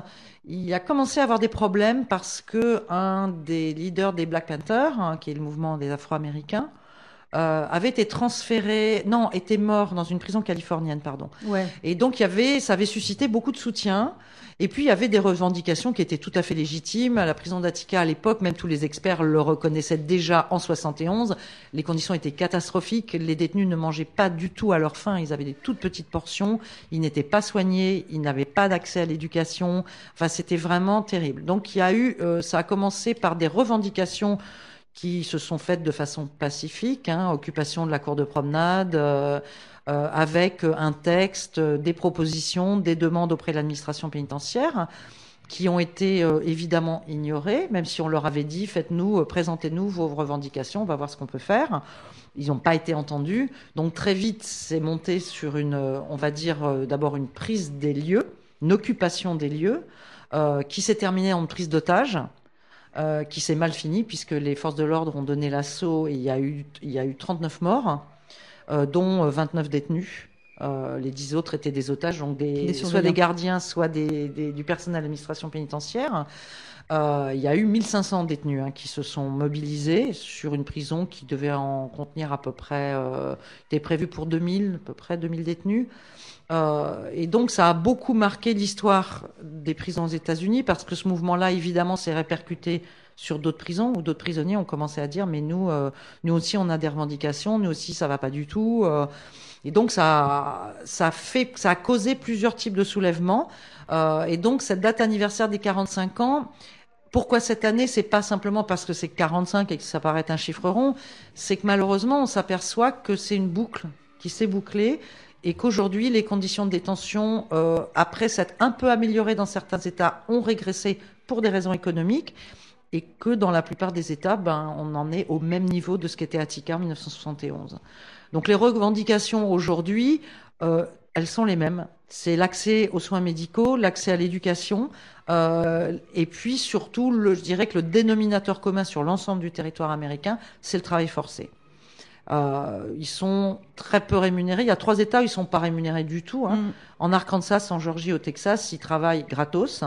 il a commencé à avoir des problèmes parce que un des leaders des Black Panthers, hein, qui est le mouvement des Afro-Américains, euh, avait été transféré, non, était mort dans une prison californienne, pardon. Ouais. Et donc il y avait, ça avait suscité beaucoup de soutien. Et puis il y avait des revendications qui étaient tout à fait légitimes. À la prison d'Attica, à l'époque, même tous les experts le reconnaissaient déjà en soixante et onze. Les conditions étaient catastrophiques. Les détenus ne mangeaient pas du tout à leur faim. Ils avaient des toutes petites portions. Ils n'étaient pas soignés. Ils n'avaient pas d'accès à l'éducation. Enfin, c'était vraiment terrible. Donc il y a eu, euh, ça a commencé par des revendications qui se sont faites de façon pacifique, hein, occupation de la cour de promenade, euh, euh, avec un texte, des propositions, des demandes auprès de l'administration pénitentiaire, qui ont été euh, évidemment ignorées, même si on leur avait dit, faites-nous, euh, présentez-nous vos revendications, on va voir ce qu'on peut faire. Ils n'ont pas été entendus. Donc très vite, c'est monté sur une, euh, on va dire, euh, d'abord une prise des lieux, une occupation des lieux, euh, qui s'est terminée en prise d'otages. Euh, qui s'est mal fini puisque les forces de l'ordre ont donné l'assaut et il y a eu, il y a eu trente-neuf morts, euh, dont vingt-neuf détenus. Euh, les dix autres étaient des otages, donc des, Des soit des gardiens, soit des, des, du personnel de l'administration pénitentiaire. Euh, il y a eu mille cinq cents détenus hein, qui se sont mobilisés sur une prison qui devait en contenir à peu près, euh, était prévue pour deux mille, à peu près deux mille détenus. Euh, et donc ça a beaucoup marqué l'histoire des prisons aux États-Unis parce que ce mouvement-là, évidemment, s'est répercuté sur d'autres prisons où d'autres prisonniers ont commencé à dire mais nous, euh, nous aussi, on a des revendications, nous aussi, ça va pas du tout. Euh, et donc ça, ça a fait, ça a causé plusieurs types de soulèvements. Euh, et donc cette date anniversaire des quarante-cinq ans. Pourquoi cette année? C'est pas simplement parce que c'est quarante-cinq et que ça paraît un chiffre rond. C'est que malheureusement, on s'aperçoit que c'est une boucle qui s'est bouclée. Et qu'aujourd'hui, les conditions de détention, euh, après s'être un peu améliorées dans certains États, ont régressé pour des raisons économiques, et que dans la plupart des États, ben, on en est au même niveau de ce qu'était Attica en mille neuf cent soixante et onze. Donc les revendications aujourd'hui, euh, elles sont les mêmes. C'est l'accès aux soins médicaux, l'accès à l'éducation, euh, et puis surtout, le, je dirais que le dénominateur commun sur l'ensemble du territoire américain, c'est le travail forcé. Euh, ils sont très peu rémunérés. Il y a trois États où ils sont pas rémunérés du tout. Hein. Mm. En Arkansas, en Georgie, au Texas, ils travaillent gratos.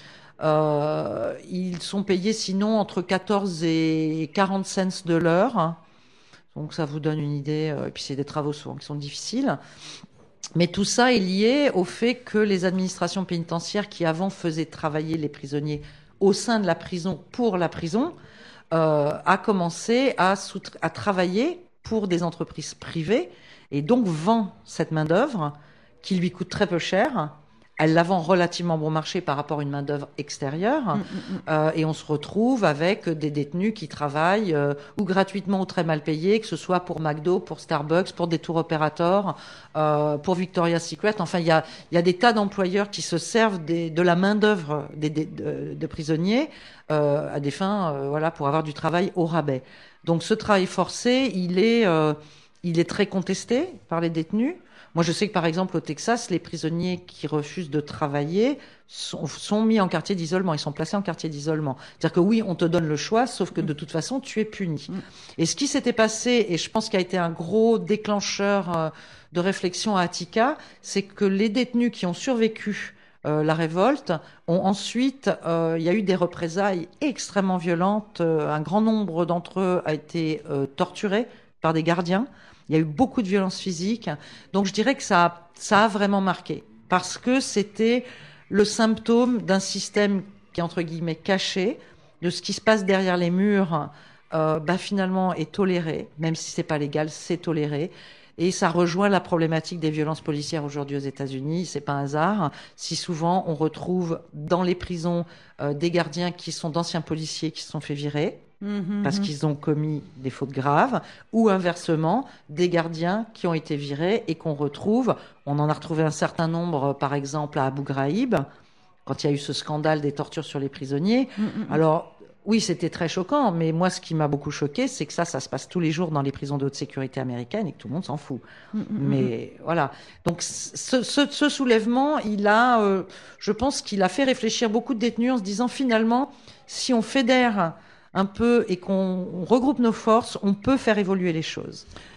Euh, ils sont payés sinon entre quatorze et quarante cents de l'heure. Donc ça vous donne une idée. Et puis c'est des travaux souvent qui sont difficiles. Mais tout ça est lié au fait que les administrations pénitentiaires qui avant faisaient travailler les prisonniers au sein de la prison pour la prison euh, a commencé à, à travailler pour des entreprises privées et donc vend cette main-d'œuvre qui lui coûte très peu cher. Elle la vend relativement bon marché par rapport à une main-d'œuvre extérieure. Mmh, mmh. Euh, et on se retrouve avec des détenus qui travaillent euh, ou gratuitement ou très mal payés, que ce soit pour McDo, pour Starbucks, pour des tour opérateurs, euh, pour Victoria's Secret. Enfin, il y a, y a des tas d'employeurs qui se servent des, de la main-d'œuvre des, des, de, de prisonniers euh, à des fins, euh, voilà, pour avoir du travail au rabais. Donc ce travail forcé, il est, euh, il est très contesté par les détenus. Moi, je sais que, par exemple, au Texas, les prisonniers qui refusent de travailler sont, sont mis en quartier d'isolement. Ils sont placés en quartier d'isolement. C'est-à-dire que oui, on te donne le choix, sauf que de toute façon, tu es puni. Et ce qui s'était passé, et je pense qu'il a été un gros déclencheur euh, de réflexion à Attica, c'est que les détenus qui ont survécu Euh, la révolte, ont ensuite, euh, il y a eu des représailles extrêmement violentes. Euh, un grand nombre d'entre eux a été euh, torturé par des gardiens. Il y a eu beaucoup de violences physiques. Donc je dirais que ça a, ça a vraiment marqué parce que c'était le symptôme d'un système qui est entre guillemets caché, de ce qui se passe derrière les murs. Euh, bah, finalement est toléré, même si c'est pas légal, c'est toléré. Et ça rejoint la problématique des violences policières aujourd'hui aux États-Unis. C'est pas un hasard si souvent on retrouve dans les prisons euh, des gardiens qui sont d'anciens policiers qui se sont fait virer mmh, parce mmh. qu'ils ont commis des fautes graves, ou inversement des gardiens qui ont été virés et qu'on retrouve. On en a retrouvé un certain nombre, par exemple à Abu Ghraib, quand il y a eu ce scandale des tortures sur les prisonniers. Mmh, mmh. Alors oui, c'était très choquant, mais moi, ce qui m'a beaucoup choqué, c'est que ça, ça se passe tous les jours dans les prisons de haute sécurité américaines et que tout le monde s'en fout. Mmh, mais mmh. voilà. Donc, ce, ce, ce soulèvement, il a, euh, je pense qu'il a fait réfléchir beaucoup de détenus en se disant, finalement, si on fédère un peu et qu'on regroupe nos forces, on peut faire évoluer les choses.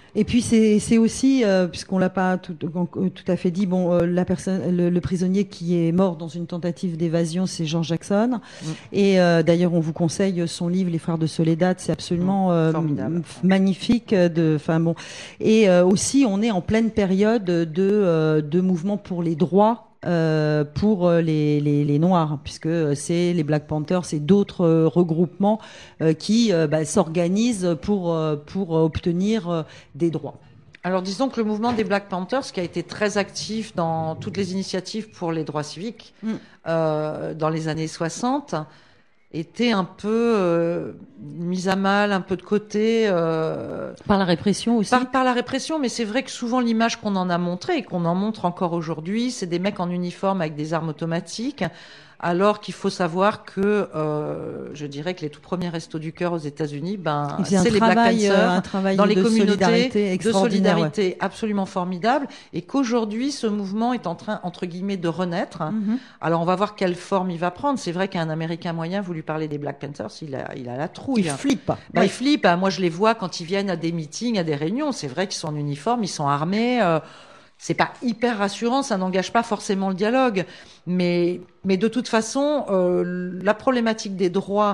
Et puis c'est c'est aussi euh, puisqu'on l'a pas tout, tout à fait dit, bon euh, la personne le, le prisonnier qui est mort dans une tentative d'évasion, c'est Jean Jackson. Mm. Et euh, d'ailleurs on vous conseille son livre Les Frères de Soledad, c'est absolument euh, magnifique de enfin bon. Et euh, aussi on est en pleine période de euh, de mouvement pour les droits Euh, pour les, les, les Noirs, puisque c'est les Black Panthers, c'est d'autres euh, regroupements euh, qui euh, bah, s'organisent pour, euh, pour obtenir euh, des droits. Alors disons que le mouvement des Black Panthers, qui a été très actif dans toutes les initiatives pour les droits civiques mm. euh, dans les années soixante, était un peu euh, mise à mal, un peu de côté. Euh, par la répression aussi par, par la répression, mais c'est vrai que souvent l'image qu'on en a montrée, et qu'on en montre encore aujourd'hui, c'est des mecs en uniforme avec des armes automatiques, alors qu'il faut savoir que, euh, je dirais que les tout premiers Restos du Cœur aux États-Unis, ben, c'est les Black Panthers, euh, un travail dans les de communautés, solidarité de solidarité ouais. absolument formidable, et qu'aujourd'hui, ce mouvement est en train, entre guillemets, de renaître. Mm-hmm. Alors, on va voir quelle forme il va prendre. C'est vrai qu'un Américain moyen, vous lui parlez des Black Panthers, il a, il a la trouille. Il flippe. Ben, ouais. Il flippe. Moi, je les vois quand ils viennent à des meetings, à des réunions. C'est vrai qu'ils sont en uniforme, ils sont armés. Euh, C'est pas hyper rassurant, ça n'engage pas forcément le dialogue, mais mais de toute façon, euh, la problématique des droits,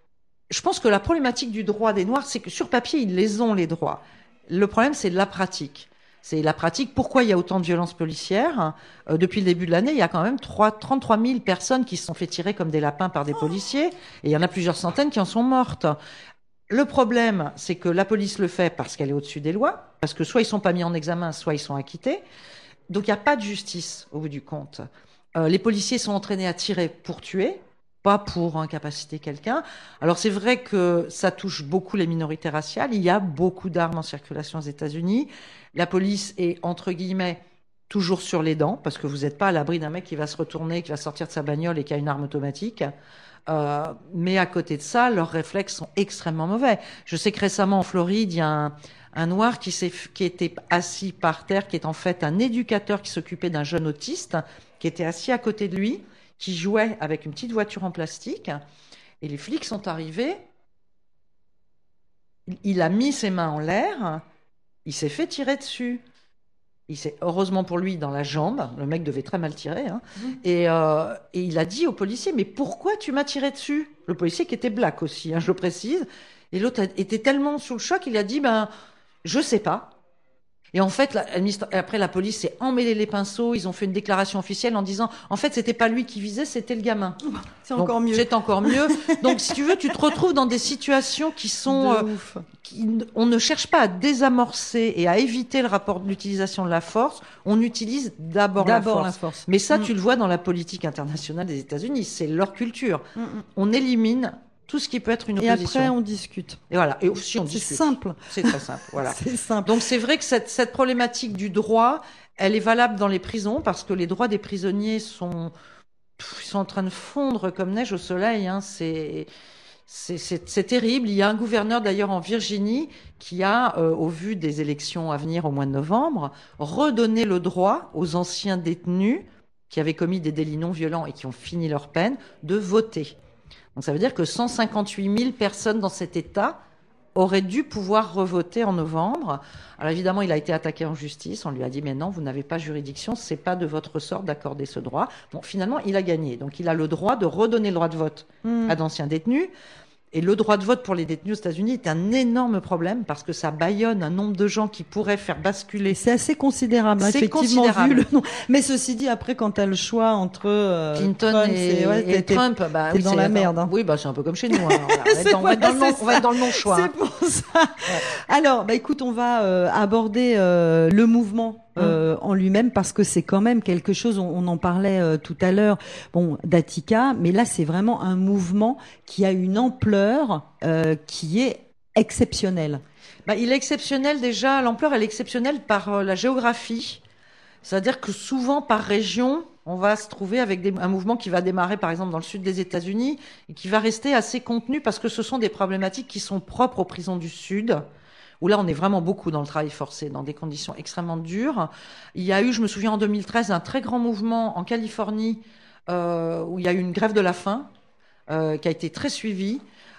je pense que la problématique du droit des Noirs, c'est que sur papier ils les ont les droits. Le problème c'est la pratique. C'est la pratique. Pourquoi il y a autant de violences policières euh, depuis le début de l'année, il y a quand même trente-trois mille personnes qui se sont fait tirer comme des lapins par des policiers, et il y en a plusieurs centaines qui en sont mortes. Le problème, c'est que la police le fait parce qu'elle est au-dessus des lois, parce que soit ils sont pas mis en examen, soit ils sont acquittés. Donc il n'y a pas de justice au bout du compte. Euh, les policiers sont entraînés à tirer pour tuer, pas pour incapaciter quelqu'un. Alors c'est vrai que ça touche beaucoup les minorités raciales. Il y a beaucoup d'armes en circulation aux États-Unis. La police est, entre guillemets, toujours sur les dents, parce que vous n'êtes pas à l'abri d'un mec qui va se retourner, qui va sortir de sa bagnole et qui a une arme automatique. Euh, mais à côté de ça, leurs réflexes sont extrêmement mauvais. Je sais que récemment en Floride, il y a un, un noir qui, s'est, qui était assis par terre, qui est en fait un éducateur qui s'occupait d'un jeune autiste, qui était assis à côté de lui, qui jouait avec une petite voiture en plastique. Et les flics sont arrivés. Il a mis ses mains en l'air. Il s'est fait tirer dessus. Il s'est, heureusement pour lui, dans la jambe. Le mec devait très mal tirer. Hein. Mmh. Et, euh, et il a dit au policier, mais pourquoi tu m'as tiré dessus? Le policier qui était black aussi, hein, je le précise. Et l'autre était tellement sous le choc, il a dit, ben, je sais pas. Et en fait, la, après, la police s'est emmêlée les pinceaux. Ils ont fait une déclaration officielle en disant, en fait, c'était pas lui qui visait, c'était le gamin. C'est Donc, encore mieux. C'est encore mieux. Donc, si tu veux, tu te retrouves dans des situations qui sont, euh, qui, on ne cherche pas à désamorcer et à éviter le rapport de l'utilisation de la force. On utilise d'abord, d'abord la, force. la force. Mais ça, mmh. tu le vois dans la politique internationale des États-Unis. C'est leur culture. Mmh. On élimine tout ce qui peut être une opposition. Et après, on discute. Et voilà. Et aussi, on c'est discute. C'est simple. C'est très simple. Voilà. C'est simple. Donc, c'est vrai que cette, cette problématique du droit, elle est valable dans les prisons parce que les droits des prisonniers sont, pff, ils sont en train de fondre comme neige au soleil. Hein. C'est, c'est, c'est, c'est terrible. Il y a un gouverneur, d'ailleurs, en Virginie, qui a, euh, au vu des élections à venir au mois de novembre, redonné le droit aux anciens détenus qui avaient commis des délits non violents et qui ont fini leur peine de voter. Donc ça veut dire que cent cinquante-huit mille personnes dans cet État auraient dû pouvoir revoter en novembre. Alors évidemment, il a été attaqué en justice. On lui a dit, mais non, vous n'avez pas juridiction, c'est pas de votre ressort d'accorder ce droit. Bon, finalement, il a gagné. Donc il a le droit de redonner le droit de vote mmh. à d'anciens détenus. Et le droit de vote pour les détenus aux États-Unis est un énorme problème parce que ça bâillonne un nombre de gens qui pourraient faire basculer. C'est assez considérable, c'est effectivement, considérable. Vu le nom. Mais ceci dit, après, quand tu as le choix entre euh, Clinton Trump et, ouais, et Trump, bah, t'es oui, dans c'est la merde. Hein. Oui, bah, c'est un peu comme chez nous. Hein. On, va être dans, on, va être dans le non, on va être dans le non-choix. C'est hein. pour ça. Ouais. Alors, bah, écoute, on va euh, aborder euh, le mouvement. Euh, mmh. en lui-même parce que c'est quand même quelque chose, on, on en parlait euh, tout à l'heure, bon, d'Attica, mais là c'est vraiment un mouvement qui a une ampleur euh, qui est exceptionnelle. Bah, il est exceptionnel déjà, l'ampleur elle est exceptionnelle par euh, la géographie, c'est-à-dire que souvent par région, on va se trouver avec des, un mouvement qui va démarrer par exemple dans le sud des États-Unis et qui va rester assez contenu parce que ce sont des problématiques qui sont propres aux prisons du Sud, où là on est vraiment beaucoup dans le travail forcé, dans des conditions extrêmement dures. Il y a eu, je me souviens en deux mille treize, un très grand mouvement en Californie euh, où il y a eu une grève de la faim euh, qui a été très suivie.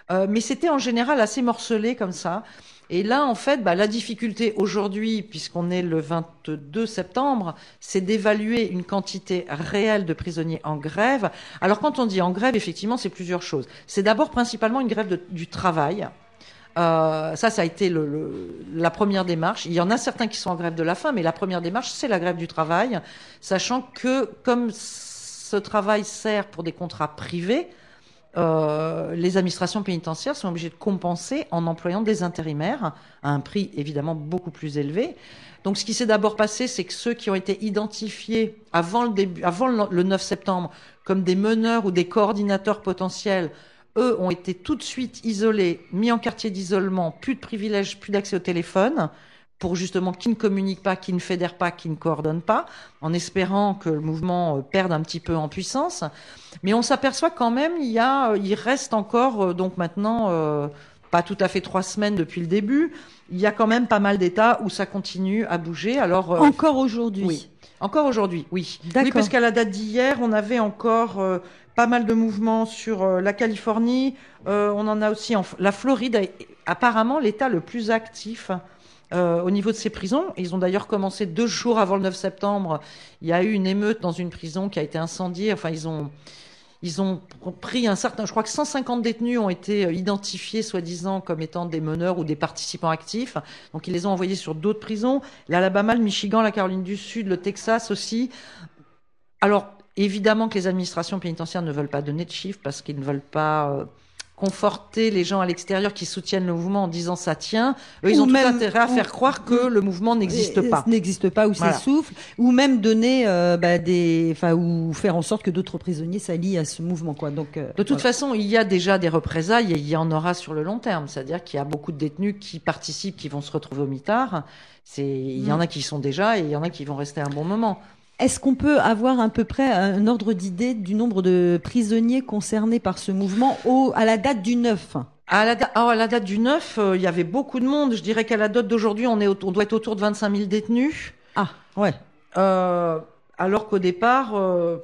Euh, mais c'était en général assez morcelé comme ça. Et là, en fait, bah, la difficulté aujourd'hui, puisqu'on est le vingt-deux septembre, c'est d'évaluer une quantité réelle de prisonniers en grève. Alors, quand on dit en grève, effectivement, c'est plusieurs choses. C'est d'abord principalement une grève de, du travail. Euh, ça, ça a été le, le, la première démarche. Il y en a certains qui sont en grève de la faim, mais la première démarche, c'est la grève du travail, sachant que comme ce travail sert pour des contrats privés, Euh, les administrations pénitentiaires sont obligées de compenser en employant des intérimaires à un prix évidemment beaucoup plus élevé. Donc ce qui s'est d'abord passé, c'est que ceux qui ont été identifiés avant le début, avant le neuf septembre comme des meneurs ou des coordinateurs potentiels, eux ont été tout de suite isolés, mis en quartier d'isolement, plus de privilèges, plus d'accès au téléphone, pour justement qui ne communiquent pas, qui ne fédèrent pas, qui ne coordonnent pas, en espérant que le mouvement perde un petit peu en puissance. Mais on s'aperçoit quand même, il y a, il reste encore, donc maintenant, euh, pas tout à fait trois semaines depuis le début, il y a quand même pas mal d'États où ça continue à bouger. Alors euh, encore aujourd'hui. Oui, encore aujourd'hui, oui. D'accord. Oui, parce qu'à la date d'hier, on avait encore euh, pas mal de mouvements sur euh, la Californie. Euh, on en a aussi en la Floride, apparemment l'État le plus actif. Euh, au niveau de ces prisons. Ils ont d'ailleurs commencé deux jours avant le neuf septembre. Il y a eu une émeute dans une prison qui a été incendiée. Enfin, ils ont, ils ont pris un certain... Je crois que cent cinquante détenus ont été identifiés, soi-disant, comme étant des meneurs ou des participants actifs. Donc, ils les ont envoyés sur d'autres prisons. L'Alabama, le Michigan, la Caroline du Sud, le Texas aussi. Alors, évidemment que les administrations pénitentiaires ne veulent pas donner de chiffres parce qu'ils ne veulent pas... Euh, conforter les gens à l'extérieur qui soutiennent le mouvement en disant ça tient. Eux, ils Ou ont même, tout intérêt à ou, faire croire que le mouvement n'existe pas. N'existe pas ou voilà. s'essouffle, ou même donner euh, bah, des, enfin, ou faire en sorte que d'autres prisonniers s'allient à ce mouvement, quoi. Donc, euh, de toute voilà. façon, il y a déjà des représailles et il y en aura sur le long terme. C'est-à-dire qu'il y a beaucoup de détenus qui participent, qui vont se retrouver au mitard. C'est, il y en a qui y sont déjà et il y en a qui vont rester un bon moment. Est-ce qu'on peut avoir à peu près un ordre d'idée du nombre de prisonniers concernés par ce mouvement au, à la date du neuf? À la, da- oh, à la date du neuf, euh, il y avait beaucoup de monde. Je dirais qu'à la date d'aujourd'hui, on, est au- on doit être autour de vingt-cinq mille détenus. Ah, ouais. Euh, alors qu'au départ, euh,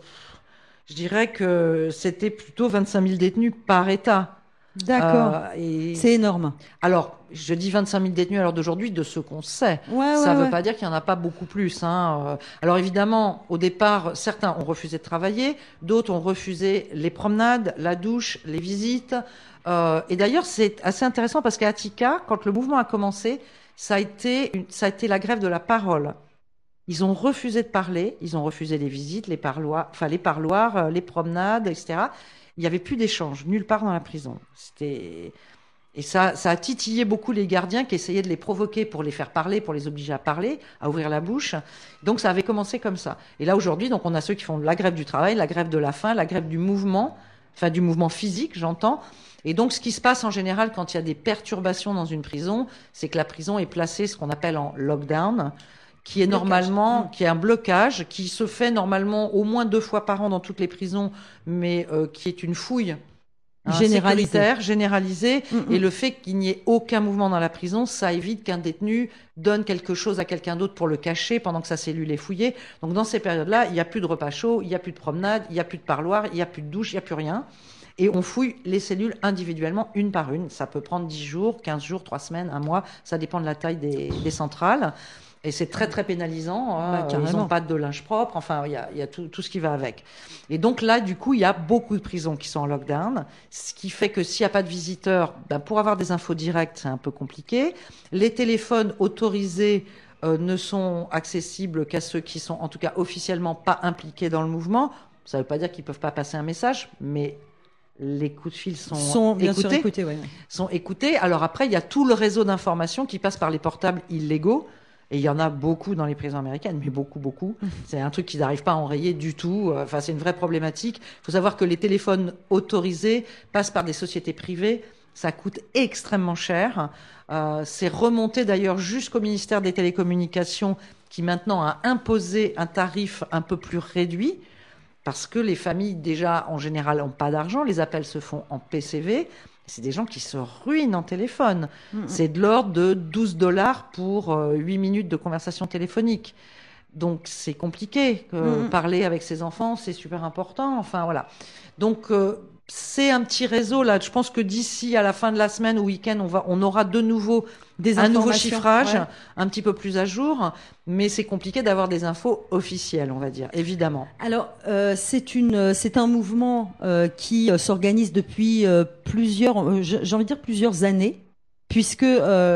je dirais que c'était plutôt vingt-cinq mille détenus par État. D'accord. Euh, et... C'est énorme. Alors, je dis vingt-cinq mille détenus à l'heure d'aujourd'hui de ce qu'on sait. Ouais, Ça ne ouais, veut ouais. pas dire qu'il n'y en a pas beaucoup plus. Hein. Alors évidemment, au départ, certains ont refusé de travailler, d'autres ont refusé les promenades, la douche, les visites. Euh, et d'ailleurs, c'est assez intéressant parce qu'à Attica, quand le mouvement a commencé, ça a été, une, ça a été la grève de la parole. Ils ont refusé de parler, ils ont refusé les visites, les parloirs, enfin les parloirs, les promenades, et cetera. Il n'y avait plus d'échange, nulle part dans la prison. C'était... Et ça, ça a titillé beaucoup les gardiens qui essayaient de les provoquer pour les faire parler, pour les obliger à parler, à ouvrir la bouche. Donc ça avait commencé comme ça. Et là aujourd'hui, donc on a ceux qui font la grève du travail, la grève de la faim, la grève du mouvement, enfin du mouvement physique, j'entends. Et donc ce qui se passe en général quand il y a des perturbations dans une prison, c'est que la prison est placée ce qu'on appelle en lockdown, qui est normalement, qui est un blocage, qui se fait normalement au moins deux fois par an dans toutes les prisons, mais euh, qui est une fouille. Hein, généralisé. sécuritaire, généralisé, Mm-hmm. et le fait qu'il n'y ait aucun mouvement dans la prison, ça évite qu'un détenu donne quelque chose à quelqu'un d'autre pour le cacher pendant que sa cellule est fouillée. Donc dans ces périodes-là, il n'y a plus de repas chauds, il n'y a plus de promenade, il n'y a plus de parloir, il n'y a plus de douche, il n'y a plus rien. Et on fouille les cellules individuellement, une par une. Ça peut prendre dix jours, quinze jours, trois semaines, un mois, ça dépend de la taille des, des centrales. Et c'est très, très pénalisant. Hein. Bah, Ils n'ont pas de linge propre. Enfin, il y a, il y a tout, tout ce qui va avec. Et donc là, du coup, il y a beaucoup de prisons qui sont en lockdown. Ce qui fait que s'il n'y a pas de visiteurs, ben, pour avoir des infos directes, c'est un peu compliqué. Les téléphones autorisés euh, ne sont accessibles qu'à ceux qui sont, en tout cas, officiellement pas impliqués dans le mouvement. Ça ne veut pas dire qu'ils ne peuvent pas passer un message, mais les coups de fil sont, sont bien écoutés. Sûr écoutés, ouais. Sont écoutés. Alors après, il y a tout le réseau d'information qui passe par les portables illégaux. Et il y en a beaucoup dans les prisons américaines, mais beaucoup, beaucoup. C'est un truc qui n'arrive pas à enrayer du tout. Enfin, c'est une vraie problématique. Il faut savoir que les téléphones autorisés passent par des sociétés privées. Ça coûte extrêmement cher. Euh, c'est remonté d'ailleurs jusqu'au ministère des Télécommunications qui maintenant a imposé un tarif un peu plus réduit parce que les familles, déjà, en général, n'ont pas d'argent. Les appels se font en P C V. C'est des gens qui se ruinent en téléphone. Mmh. C'est de l'ordre de douze dollars pour euh, huit minutes de conversation téléphonique. Donc, c'est compliqué. Euh, mmh. Parler avec ses enfants, c'est super important. Enfin, voilà. Donc, euh, c'est un petit réseau là. Je pense que d'ici à la fin de la semaine, au week-end, on va, on aura de nouveau Des un nouveau informations, chiffrage, ouais. un petit peu plus à jour, mais c'est compliqué d'avoir des infos officielles, on va dire, évidemment. Alors, euh, c'est une, c'est un mouvement euh, qui euh, s'organise depuis euh, plusieurs, euh, j'ai envie de dire plusieurs années, puisque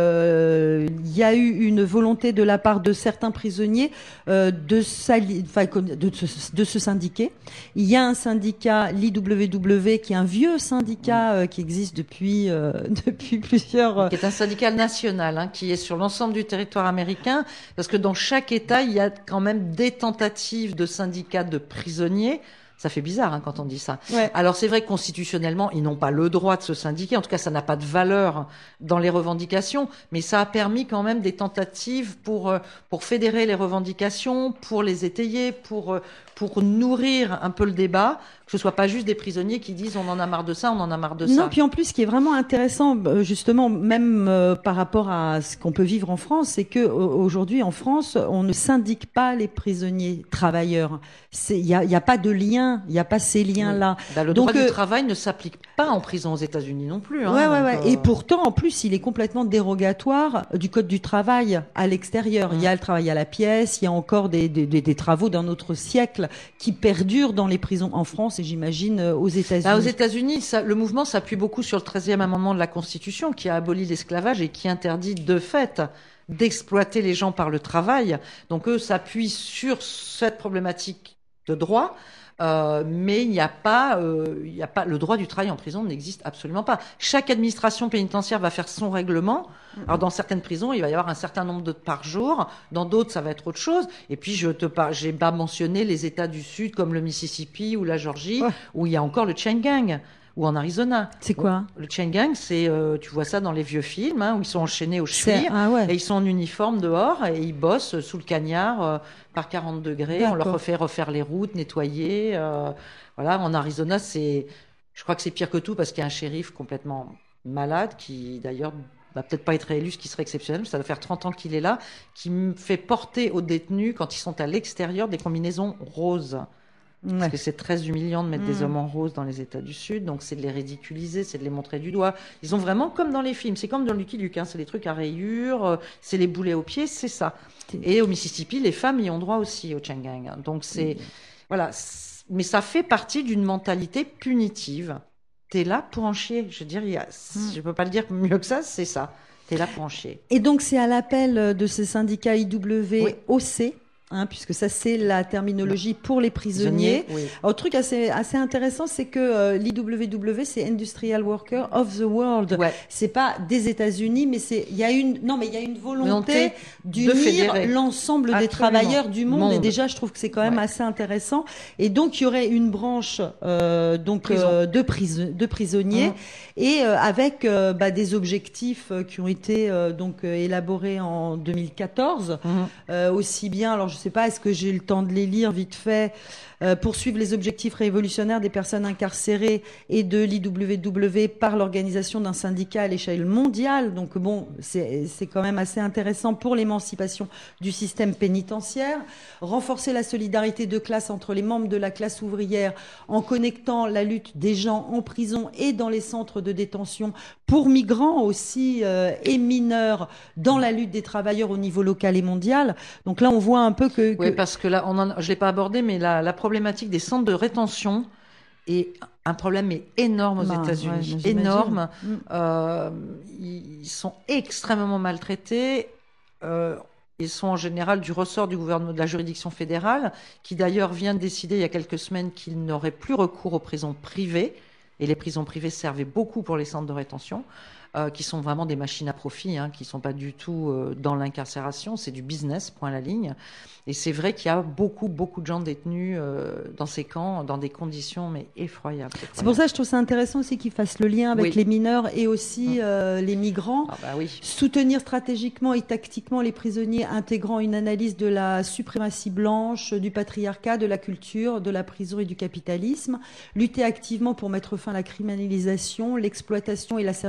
euh, il y a eu une volonté de la part de certains prisonniers euh, de, s'alli- enfin, de, de, se- de se syndiquer. Il y a un syndicat, l'I W W, qui est un vieux syndicat euh, qui existe depuis euh, depuis plusieurs. euh, Qui est un syndicat national, hein, qui est sur l'ensemble du territoire américain, parce que dans chaque État, il y a quand même des tentatives de syndicats de prisonniers. Ça fait bizarre hein, quand on dit ça. Ouais. Alors c'est vrai que constitutionnellement, ils n'ont pas le droit de se syndiquer. En tout cas, ça n'a pas de valeur dans les revendications, mais ça a permis quand même des tentatives pour euh, pour fédérer les revendications, pour les étayer, pour euh, pour nourrir un peu le débat, que ce soit pas juste des prisonniers qui disent on en a marre de ça, on en a marre de ça. Non, puis en plus, ce qui est vraiment intéressant, euh, justement, même euh, par rapport à ce qu'on peut vivre en France, c'est que au- aujourd'hui, en France, on ne syndique pas les prisonniers travailleurs. C'est, il y a, il y a pas de lien, il y a pas ces liens-là. Bah, le Donc, droit euh, du travail ne s'applique pas en prison aux États-Unis non plus. Hein, Ouais, ouais, donc, ouais. euh, Et pourtant, en plus, il est complètement dérogatoire du code du travail à l'extérieur. Il y a le travail à la pièce, il y a encore des, des, des, des travaux d'un autre siècle qui perdurent dans les prisons en France et j'imagine euh, aux États-Unis. Bah, aux États-Unis, ça, le mouvement s'appuie beaucoup sur le treizième amendement de la Constitution qui a aboli l'esclavage et qui interdit de fait d'exploiter les gens par le travail. Donc eux s'appuient sur cette problématique de droit. Euh, mais il n'y a pas, euh, il n'y a pas, le droit du travail en prison n'existe absolument pas. Chaque administration pénitentiaire va faire son règlement. Alors dans certaines prisons, il va y avoir un certain nombre de par jour. Dans d'autres, ça va être autre chose. Et puis je te parle, j'ai pas mentionné les États du Sud comme le Mississippi ou la Georgie, Ouais. où il y a encore le chain gang. Ou en Arizona. C'est quoi? Le chain gang, c'est, euh, tu vois ça dans les vieux films, hein, où ils sont enchaînés aux C'est- chevilles. ah ouais. Et ils sont en uniforme dehors et ils bossent sous le cagnard euh, par quarante degrés. On leur D'accord. refait refaire les routes, nettoyer. euh, voilà, en Arizona, c'est, je crois que c'est pire que tout parce qu'il y a un shérif complètement malade qui, d'ailleurs, va peut-être pas être réélu, ce qui serait exceptionnel. Ça doit faire trente ans qu'il est là, qui me fait porter aux détenus quand ils sont à l'extérieur des combinaisons roses. Parce Ouais. que c'est très humiliant de mettre des Mm. hommes en rose dans les États du Sud, donc c'est de les ridiculiser, c'est de les montrer du doigt. Ils ont vraiment comme dans les films, c'est comme dans Lucky Luke, hein, c'est les trucs à rayures, euh, c'est les boulets aux pieds, c'est ça. Et au Mississippi, les femmes y ont droit aussi au chain gang. Donc c'est voilà, c'est- mais ça fait partie d'une mentalité punitive. T'es là pour en chier. Je veux dire, il y a, je peux pas le dire mieux que ça, c'est ça. T'es là pour en chier. Et donc, c'est à l'appel de ce syndicat I W O C, Oui. hein, puisque ça, c'est la terminologie pour les prisonniers. Oui. Un truc assez, assez intéressant, c'est que euh, l'I W W, c'est Industrial Worker of the World. Ouais. C'est pas des États-Unis, mais c'est, il y a une, non, mais il y a une volonté Volonté de d'unir fédérer. l'ensemble des Absolument. travailleurs du monde. Monde. Et déjà, je trouve que c'est quand même Ouais. assez intéressant. Et donc, il y aurait une branche, euh, donc, Prison. euh, de, pris- de prisonniers. Mhm. Et euh, avec euh, bah, des objectifs euh, qui ont été euh, donc euh, élaborés en deux mille quatorze, Mhm. euh, aussi bien. Alors je sais pas, est-ce que j'ai le temps de les lire vite fait? Euh, poursuivre les objectifs révolutionnaires des personnes incarcérées et de l'I W W par l'organisation d'un syndicat à l'échelle mondiale. Donc bon, c'est c'est quand même assez intéressant pour l'émancipation du système pénitentiaire. Renforcer la solidarité de classe entre les membres de la classe ouvrière en connectant la lutte des gens en prison et dans les centres de détention pour migrants aussi euh, et mineurs dans la lutte des travailleurs au niveau local et mondial. Donc là, on voit un peu que... que... Oui, parce que là, on en, je l'ai pas abordé, mais la, la problématique des centres de rétention est un problème mais énorme aux Bah, États-Unis, ouais, j'imagine. énorme. Mm. Euh, ils sont extrêmement maltraités. Euh, ils sont en général du ressort du gouvernement de la juridiction fédérale, qui d'ailleurs vient de décider il y a quelques semaines qu'il n'aurait plus recours aux prisons privées. Et les prisons privées servaient beaucoup pour les centres de rétention, euh, qui sont vraiment des machines à profit, hein, qui sont pas du tout euh, dans l'incarcération, c'est du business, point à la ligne. Et c'est vrai qu'il y a beaucoup, beaucoup de gens détenus euh, dans ces camps, dans des conditions mais effroyables. C'est pour ça que je trouve ça intéressant aussi qu'ils fassent le lien avec Oui. les mineurs et aussi euh, les migrants. Ah bah oui. Soutenir stratégiquement et tactiquement les prisonniers, intégrant une analyse de la suprématie blanche, du patriarcat, de la culture, de la prison et du capitalisme. Lutter activement pour mettre fin à la criminalisation, l'exploitation et l'asservissement de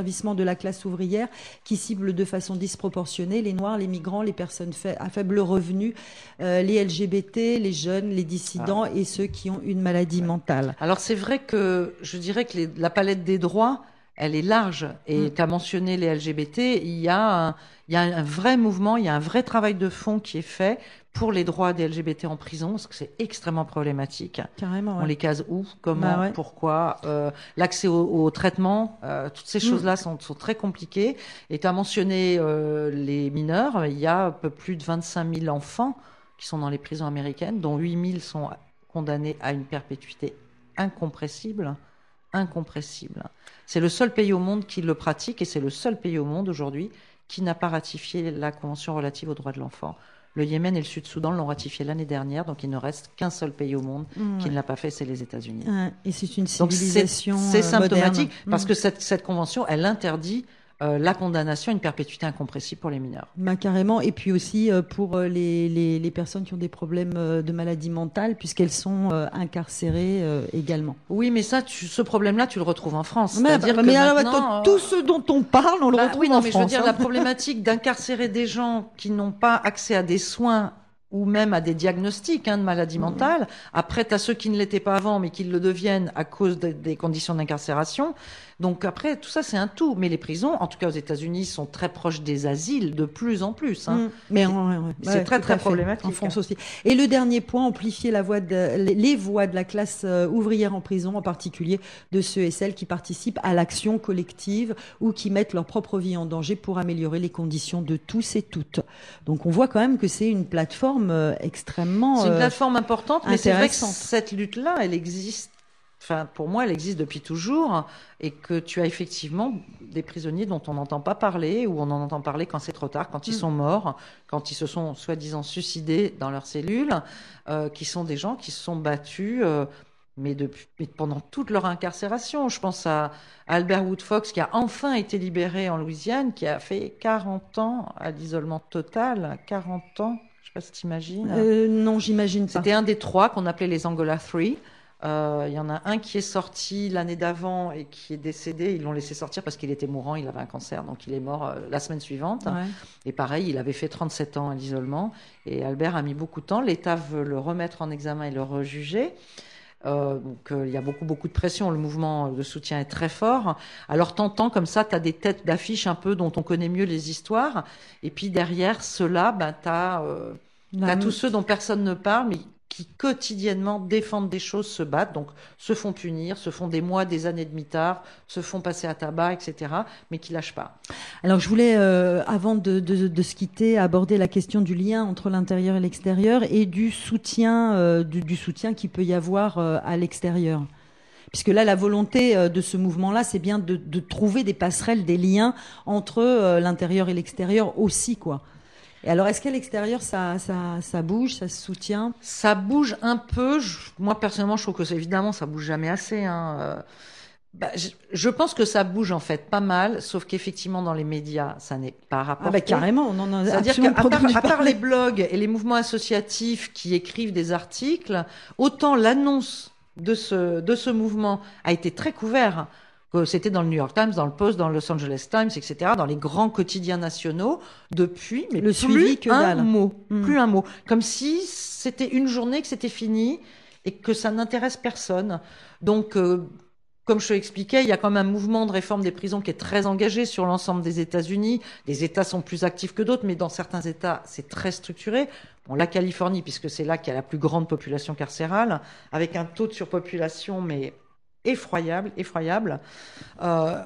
la classe ouvrière qui cible de façon disproportionnée les Noirs, les migrants, les personnes fa- à faible revenu, euh, les L G B T, les jeunes, les dissidents ah. et ceux qui ont une maladie mentale. Alors c'est vrai que je dirais que les, la palette des droits, elle est large. Et mmh. tu as mentionné les L G B T, il y, a un, il y a un vrai mouvement, il y a un vrai travail de fond qui est fait pour les droits des L G B T en prison, parce que c'est extrêmement problématique. Carrément. On ouais. les case où, comment, bah ouais. pourquoi, euh, l'accès au, au traitement, euh, toutes ces mmh. choses-là sont, sont très compliquées. Et tu as mentionné euh, les mineurs, il y a un peu plus de vingt-cinq mille enfants qui sont dans les prisons américaines, dont huit mille sont condamnés à une perpétuité incompressible. Incompressible. C'est le seul pays au monde qui le pratique et c'est le seul pays au monde aujourd'hui qui n'a pas ratifié la Convention relative aux droits de l'enfant. Le Yémen et le Sud-Soudan l'ont ratifié l'année dernière, donc il ne reste qu'un seul pays au monde mmh, qui ouais. ne l'a pas fait, c'est les États-Unis. Ouais, et c'est une civilisation donc c'est, c'est symptomatique moderne. parce mmh. que cette, cette convention, elle interdit Euh, la condamnation à une perpétuité incompressible pour les mineurs. Bah, carrément, et puis aussi euh, pour euh, les, les, les personnes qui ont des problèmes euh, de maladie mentale, puisqu'elles sont euh, incarcérées euh, également. Oui, mais ça, tu, ce problème-là, tu le retrouves en France. Mais, C'est-à-dire bah, que mais alors, maintenant, attends, tout ce dont on parle, on le bah, retrouve oui, non, en mais France. Je veux dire, hein. la problématique d'incarcérer des gens qui n'ont pas accès à des soins ou même à des diagnostics hein, de maladie mentale. Mmh. Après, tu as ceux qui ne l'étaient pas avant, mais qui le deviennent à cause de, des conditions d'incarcération. Donc après, tout ça, c'est un tout. Mais les prisons, en tout cas aux États-Unis, sont très proches des asiles de plus en plus. Hein. Mmh. Mais ouais, ouais, c'est ouais, très, très problématique. En France aussi. Et le dernier point, amplifier la voix de, les voix de la classe ouvrière en prison, en particulier de ceux et celles qui participent à l'action collective ou qui mettent leur propre vie en danger pour améliorer les conditions de tous et toutes. Donc on voit quand même que c'est une plateforme extrêmement C'est une plateforme importante, mais c'est vrai que intéressante. cette lutte-là, elle existe. Enfin, pour moi, elle existe depuis toujours, et que tu as effectivement des prisonniers dont on n'entend pas parler, ou on en entend parler quand c'est trop tard, quand ils mmh. sont morts, quand ils se sont soi-disant suicidés dans leurs cellules, euh, qui sont des gens qui se sont battus, euh, mais, depuis, mais pendant toute leur incarcération. Je pense à Albert Woodfox, qui a enfin été libéré en Louisiane, qui a fait quarante ans à l'isolement total, quarante ans. Je sais pas si tu imagines. Euh, non, j'imagine pas. C'était un des trois qu'on appelait les Angola Three. Euh, il y en a un qui est sorti l'année d'avant et qui est décédé. Ils l'ont laissé sortir parce qu'il était mourant, il avait un cancer, donc il est mort euh, la semaine suivante. Ouais. Et pareil, il avait fait trente-sept ans à l'isolement. Et Albert a mis beaucoup de temps. L'État veut le remettre en examen et le rejuger. Euh, donc euh, il y a beaucoup beaucoup de pression, le mouvement de soutien est très fort. Alors t'entends comme ça, t'as des têtes d'affiche un peu dont on connaît mieux les histoires, et puis derrière ceux-là, ben t'as, euh, t'as tous ceux dont personne ne parle, mais qui quotidiennement défendent des choses, se battent, donc se font punir, se font des mois, des années de mitard, se font passer à tabac, et cetera, mais qui lâchent pas. Alors je voulais, euh, avant de, de, de se quitter, aborder la question du lien entre l'intérieur et l'extérieur et du soutien, euh, du, du soutien qu'il peut y avoir euh, à l'extérieur. Puisque là, la volonté euh, de ce mouvement-là, c'est bien de, de trouver des passerelles, des liens entre euh, l'intérieur et l'extérieur aussi, quoi. Et alors, est-ce qu'à l'extérieur, ça, ça, ça bouge, ça se soutient ? Ça bouge un peu. Je, moi, personnellement, je trouve que, évidemment, ça bouge jamais assez. Hein. Euh, bah, je, je pense que ça bouge, en fait, pas mal, sauf qu'effectivement, dans les médias, ça n'est pas rapporté. Ah bah, carrément, on en a C'est-à-dire qu'à part, à part les blogs et les mouvements associatifs qui écrivent des articles, autant l'annonce de ce, de ce mouvement a été très couvert. C'était dans le New York Times, dans le Post, dans le Los Angeles Times, et cetera, dans les grands quotidiens nationaux, depuis, mais le plus suivi que un dalle. mot, mmh. plus un mot. Comme si c'était une journée, que c'était fini, et que ça n'intéresse personne. Donc, euh, comme je te l'expliquais, il y a quand même un mouvement de réforme des prisons qui est très engagé sur l'ensemble des États-Unis. Les États sont plus actifs que d'autres, mais dans certains États, c'est très structuré. Bon, la Californie, puisque c'est là qu'il y a la plus grande population carcérale, avec un taux de surpopulation, mais effroyable, effroyable. Euh,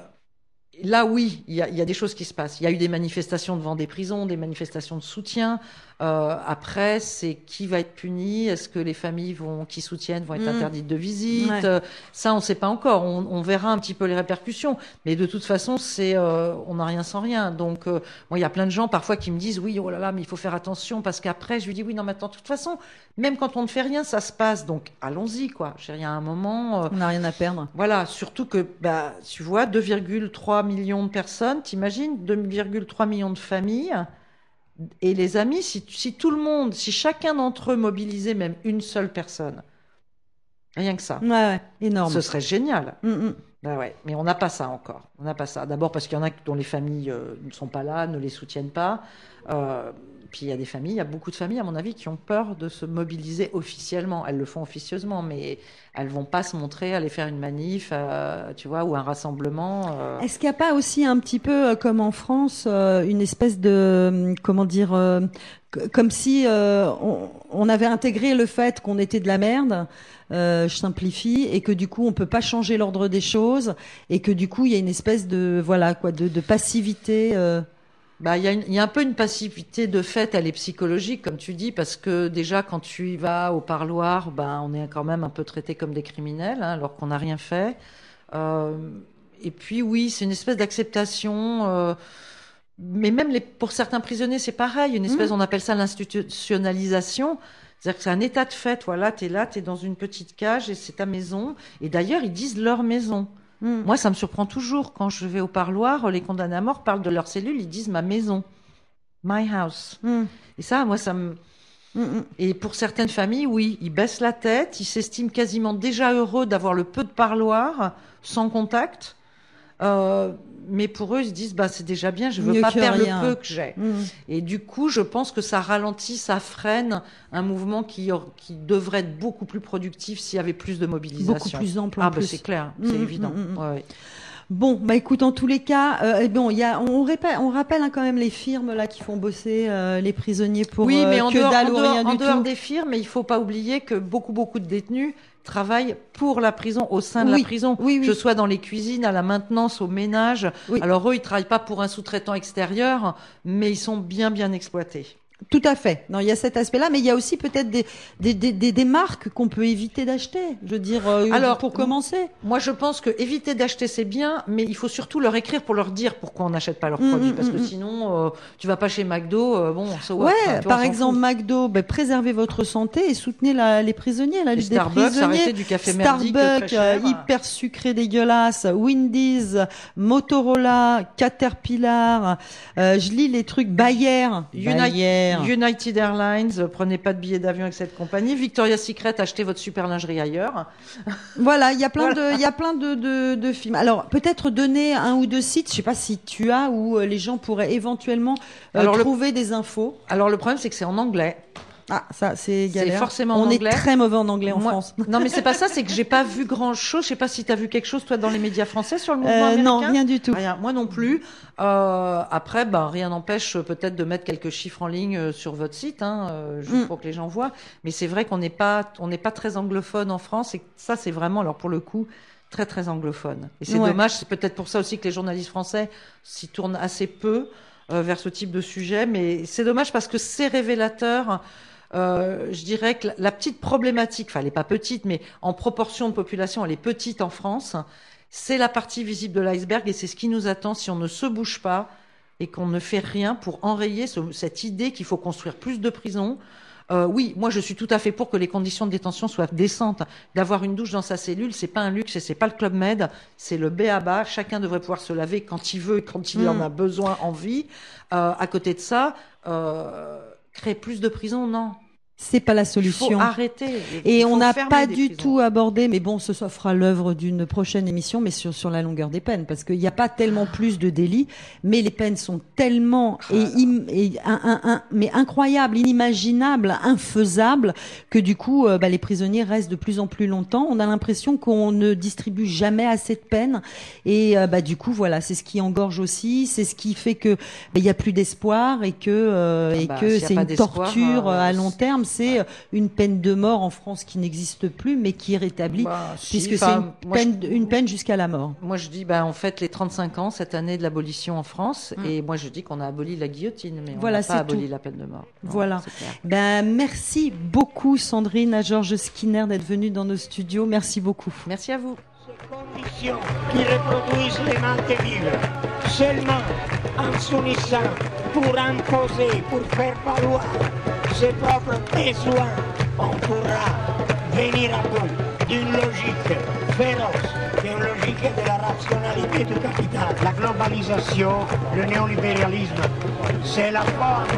là, oui, il y, y a des choses qui se passent. Il y a eu des manifestations devant des prisons, des manifestations de soutien. Euh, après, c'est qui va être puni ? Est-ce que les familles vont, qui soutiennent vont être mmh. interdites de visite ? Ouais. euh, Ça, on ne sait pas encore. On, on verra un petit peu les répercussions. Mais de toute façon, c'est, euh, on n'a rien sans rien. Donc, euh, moi, il y a plein de gens parfois qui me disent, oui, oh là là, mais il faut faire attention parce qu'après, je lui dis, oui, non, mais attends, de toute façon, même quand on ne fait rien, ça se passe. Donc, allons-y, quoi. Il y a un moment. Euh, on n'a rien à perdre. Voilà, surtout que, bah, tu vois, deux virgule trois millions de personnes, t'imagines, deux virgule trois millions de familles. Et les amis, si, si tout le monde, si chacun d'entre eux mobilisait même une seule personne, rien que ça, ouais, ouais, énorme. Ce serait génial. Mm-mm. Ben ouais, mais on n'a pas ça encore. On n'a pas ça. D'abord parce qu'il y en a dont les familles euh, ne sont pas là, ne les soutiennent pas. Euh, puis il y a des familles, il y a beaucoup de familles, à mon avis, qui ont peur de se mobiliser officiellement. Elles le font officieusement, mais elles vont pas se montrer, aller faire une manif, euh, tu vois, ou un rassemblement. Euh... Est-ce qu'il n'y a pas aussi un petit peu, euh, comme en France, euh, une espèce de, euh, comment dire, euh, c- comme si euh, on, on avait intégré le fait qu'on était de la merde. Euh, je simplifie, et que du coup on peut pas changer l'ordre des choses, et que du coup il y a une espèce de voilà quoi de, de passivité. Euh... Bah, il y a une- il y a un peu une passivité de fait, elle est psychologique, comme tu dis, parce que déjà quand tu y vas au parloir, ben on est quand même un peu traité comme des criminels, hein, alors qu'on n'a rien fait. Euh, et puis oui, c'est une espèce d'acceptation. Euh, mais même les, pour certains prisonniers, c'est pareil, une espèce, Mmh. on appelle ça l'institutionnalisation. C'est-à-dire que c'est un état de fait. Voilà, t'es là, t'es dans une petite cage et c'est ta maison. Et d'ailleurs, ils disent leur maison. Mm. Moi, ça me surprend toujours quand je vais au parloir, les condamnés à mort parlent de leur cellule, ils disent ma maison, my house. Mm. Et ça, moi, ça me. Mm, mm. Et pour certaines familles, oui, ils baissent la tête, ils s'estiment quasiment déjà heureux d'avoir le peu de parloir, sans contact. Euh, mais pour eux, ils se disent, bah, c'est déjà bien, je veux Mieux pas que perdre rien. le peu que j'ai. Mm. Et du coup, je pense que ça ralentit, ça freine un mouvement qui, qui devrait être beaucoup plus productif s'il y avait plus de mobilisation. Beaucoup plus ample en Ah, bah, plus. c'est clair, Mm, c'est mm, évident. mm, mm. Ouais, ouais. Bon, bah écoute, en tous les cas, euh, bon, il y a, on, répète, on rappelle hein, quand même les firmes là qui font bosser euh, les prisonniers pour Oui, euh, mais en que dehors, dalle en ou dehors- rien en du dehors tout. des firmes, il faut pas oublier que beaucoup, beaucoup de détenus travaillent pour la prison, au sein de Oui, la prison, oui, oui. que ce soit dans les cuisines, à la maintenance, au ménage. Oui. Alors eux, ils travaillent pas pour un sous-traitant extérieur, mais ils sont bien, bien exploités. Tout à fait. Non, il y a cet aspect-là, mais il y a aussi peut-être des, des, des, des, des marques qu'on peut éviter d'acheter. Je veux dire, euh, Alors, pour commencer. Moi, je pense que éviter d'acheter, c'est bien, mais il faut surtout leur écrire pour leur dire pourquoi on n'achète pas leurs Mm, produits. mm, Parce que mm. sinon, euh, tu vas pas chez McDo, euh, bon, so what, Ouais, enfin, tu vois, par on s'en exemple, fout. McDo, ben, préservez votre santé et soutenez la, les prisonniers, la Et lutte des Starbucks, prisonniers. arrêtez du café merdique, très Starbucks, cher. euh, hyper sucré, dégueulasse. Wendy's, Motorola, Caterpillar. Euh, je lis les trucs Bayer. Uni- Bayer. United Airlines, euh, prenez pas de billets d'avion avec cette compagnie. Victoria's Secret, achetez votre super lingerie ailleurs. Voilà, il y a plein Voilà. de, il y a plein de, de, de films. Alors peut-être donner un ou deux sites, je sais pas si tu as, où euh, les gens pourraient éventuellement euh, Alors, le- trouver des infos. Alors le problème, c'est que c'est en anglais. Ah, ça c'est galère. forcément en On est anglais. très mauvais en anglais en Moi- France. Non, mais c'est pas ça, c'est que j'ai pas vu grand chose. Je sais pas si tu as vu quelque chose, toi, dans les médias français sur le mouvement Euh, américain. non, rien du tout. Rien. Moi non plus. Euh, après, ben, rien n'empêche euh, peut-être de mettre quelques chiffres en ligne euh, sur votre site, hein, euh, juste Mm. pour que les gens voient. Mais c'est vrai qu'on n'est pas, on n'est pas très anglophone en France, et que ça, c'est vraiment, alors pour le coup, très très anglophone. Et c'est Ouais. dommage. C'est peut-être pour ça aussi que les journalistes français s'y tournent assez peu euh, vers ce type de sujet. Mais c'est dommage parce que c'est révélateur. Euh, je dirais que la, la petite problématique, enfin elle n'est pas petite, mais en proportion de population, elle est petite en France. C'est la partie visible de l'iceberg et c'est ce qui nous attend si on ne se bouge pas et qu'on ne fait rien pour enrayer ce- cette idée qu'il faut construire plus de prisons. Euh, oui, moi je suis tout à fait pour que les conditions de détention soient décentes. D'avoir une douche dans sa cellule, c'est pas un luxe et c'est pas le Club Med, c'est le b a ba. Chacun devrait pouvoir se laver quand il veut, quand il Mm. en a besoin, envie. Euh, à côté de ça, euh, créer plus de prisons, non. C'est pas la Il solution. faut arrêter. Et Il on faut n'a fermer pas des du prisons. tout abordé, mais bon, ce ça fera l'œuvre d'une prochaine émission, mais sur, sur la longueur des peines, parce qu'il n'y a pas tellement plus de délits, mais les peines sont tellement et, im- et un, un, un- mais incroyables, inimaginables, infaisables, que du coup, euh, bah, les prisonniers restent de plus en plus longtemps. On a l'impression qu'on ne distribue jamais assez de peines, et euh, bah, du coup, voilà, c'est ce qui engorge aussi, c'est ce qui fait que bah, il n'y a plus d'espoir et que euh, et bah, que s'il y a c'est pas une d'espoir, torture euh, à long terme. C'est une peine de mort en France qui n'existe plus, mais qui est rétablie, Bah, si, puisque c'est enfin, une moi, je- peine, une peine jusqu'à la mort. Moi, je dis, ben, on fête les trente-cinq ans cette année de l'abolition en France, Mm. et moi, je dis qu'on a aboli la guillotine, mais on Voilà, n'a c'est pas aboli tout. la peine de mort. Non, Voilà. c'est clair. Ben, merci beaucoup, Sandrine, à Georges Skinner, d'être venue dans nos studios. Merci beaucoup. Merci à vous. Ces conditions qui reproduisent les mantes vives, seulement en s'unissant pour imposer, pour faire valoir ses propres besoins, on pourra venir à bout d'une logique féroce, d'une logique de la rationalité du capital. La globalisation, le néolibéralisme, c'est la forme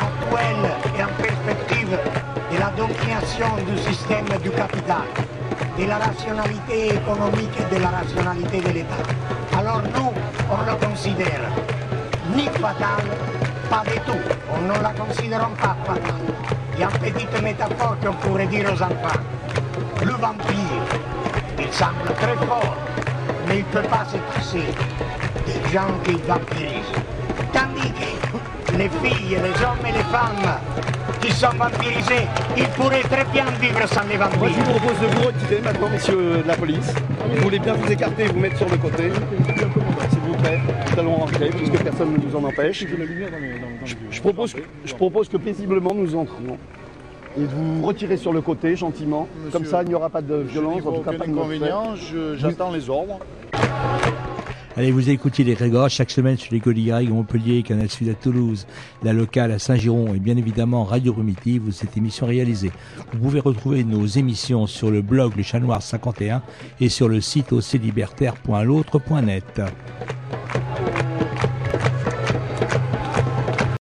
actuelle et en perspective de la domination du système du capital. de la rationalité économique et de la rationalité de l'État. Alors nous, on le considère ni fatal, pas du tout. On ne la considère pas fatale. Il y a une petite métaphore qu'on pourrait dire aux enfants. Le vampire, il semble très fort, mais il ne peut pas se passer des gens qui vampirisent. Tandis que les filles, les hommes et les femmes qui sont vampirisés, ils pourraient très bien vivre sans les vampires. Moi, je vous propose de vous retirer maintenant, messieurs de la police. Vous voulez bien vous écarter et vous mettre sur le côté, s'il vous plaît. Nous allons rentrer, puisque personne ne nous en empêche. Je, je, propose, je propose que paisiblement nous entrions. Et de vous retirer sur le côté, gentiment. Monsieur, comme ça, il n'y aura pas de violence, en tout cas aucun pas de inconvénient, je- j'attends les ordres. Allez, vous écoutez les Grégor chaque semaine sur les Gaudigarigues à Montpellier, Canal Sud à Toulouse, la locale à Saint-Giron et bien évidemment Radio Primitive où cette émission est réalisée. Vous pouvez retrouver nos émissions sur le blog Le Chat Noir cinquante et un et sur le site au c libertaire point l'autre point net.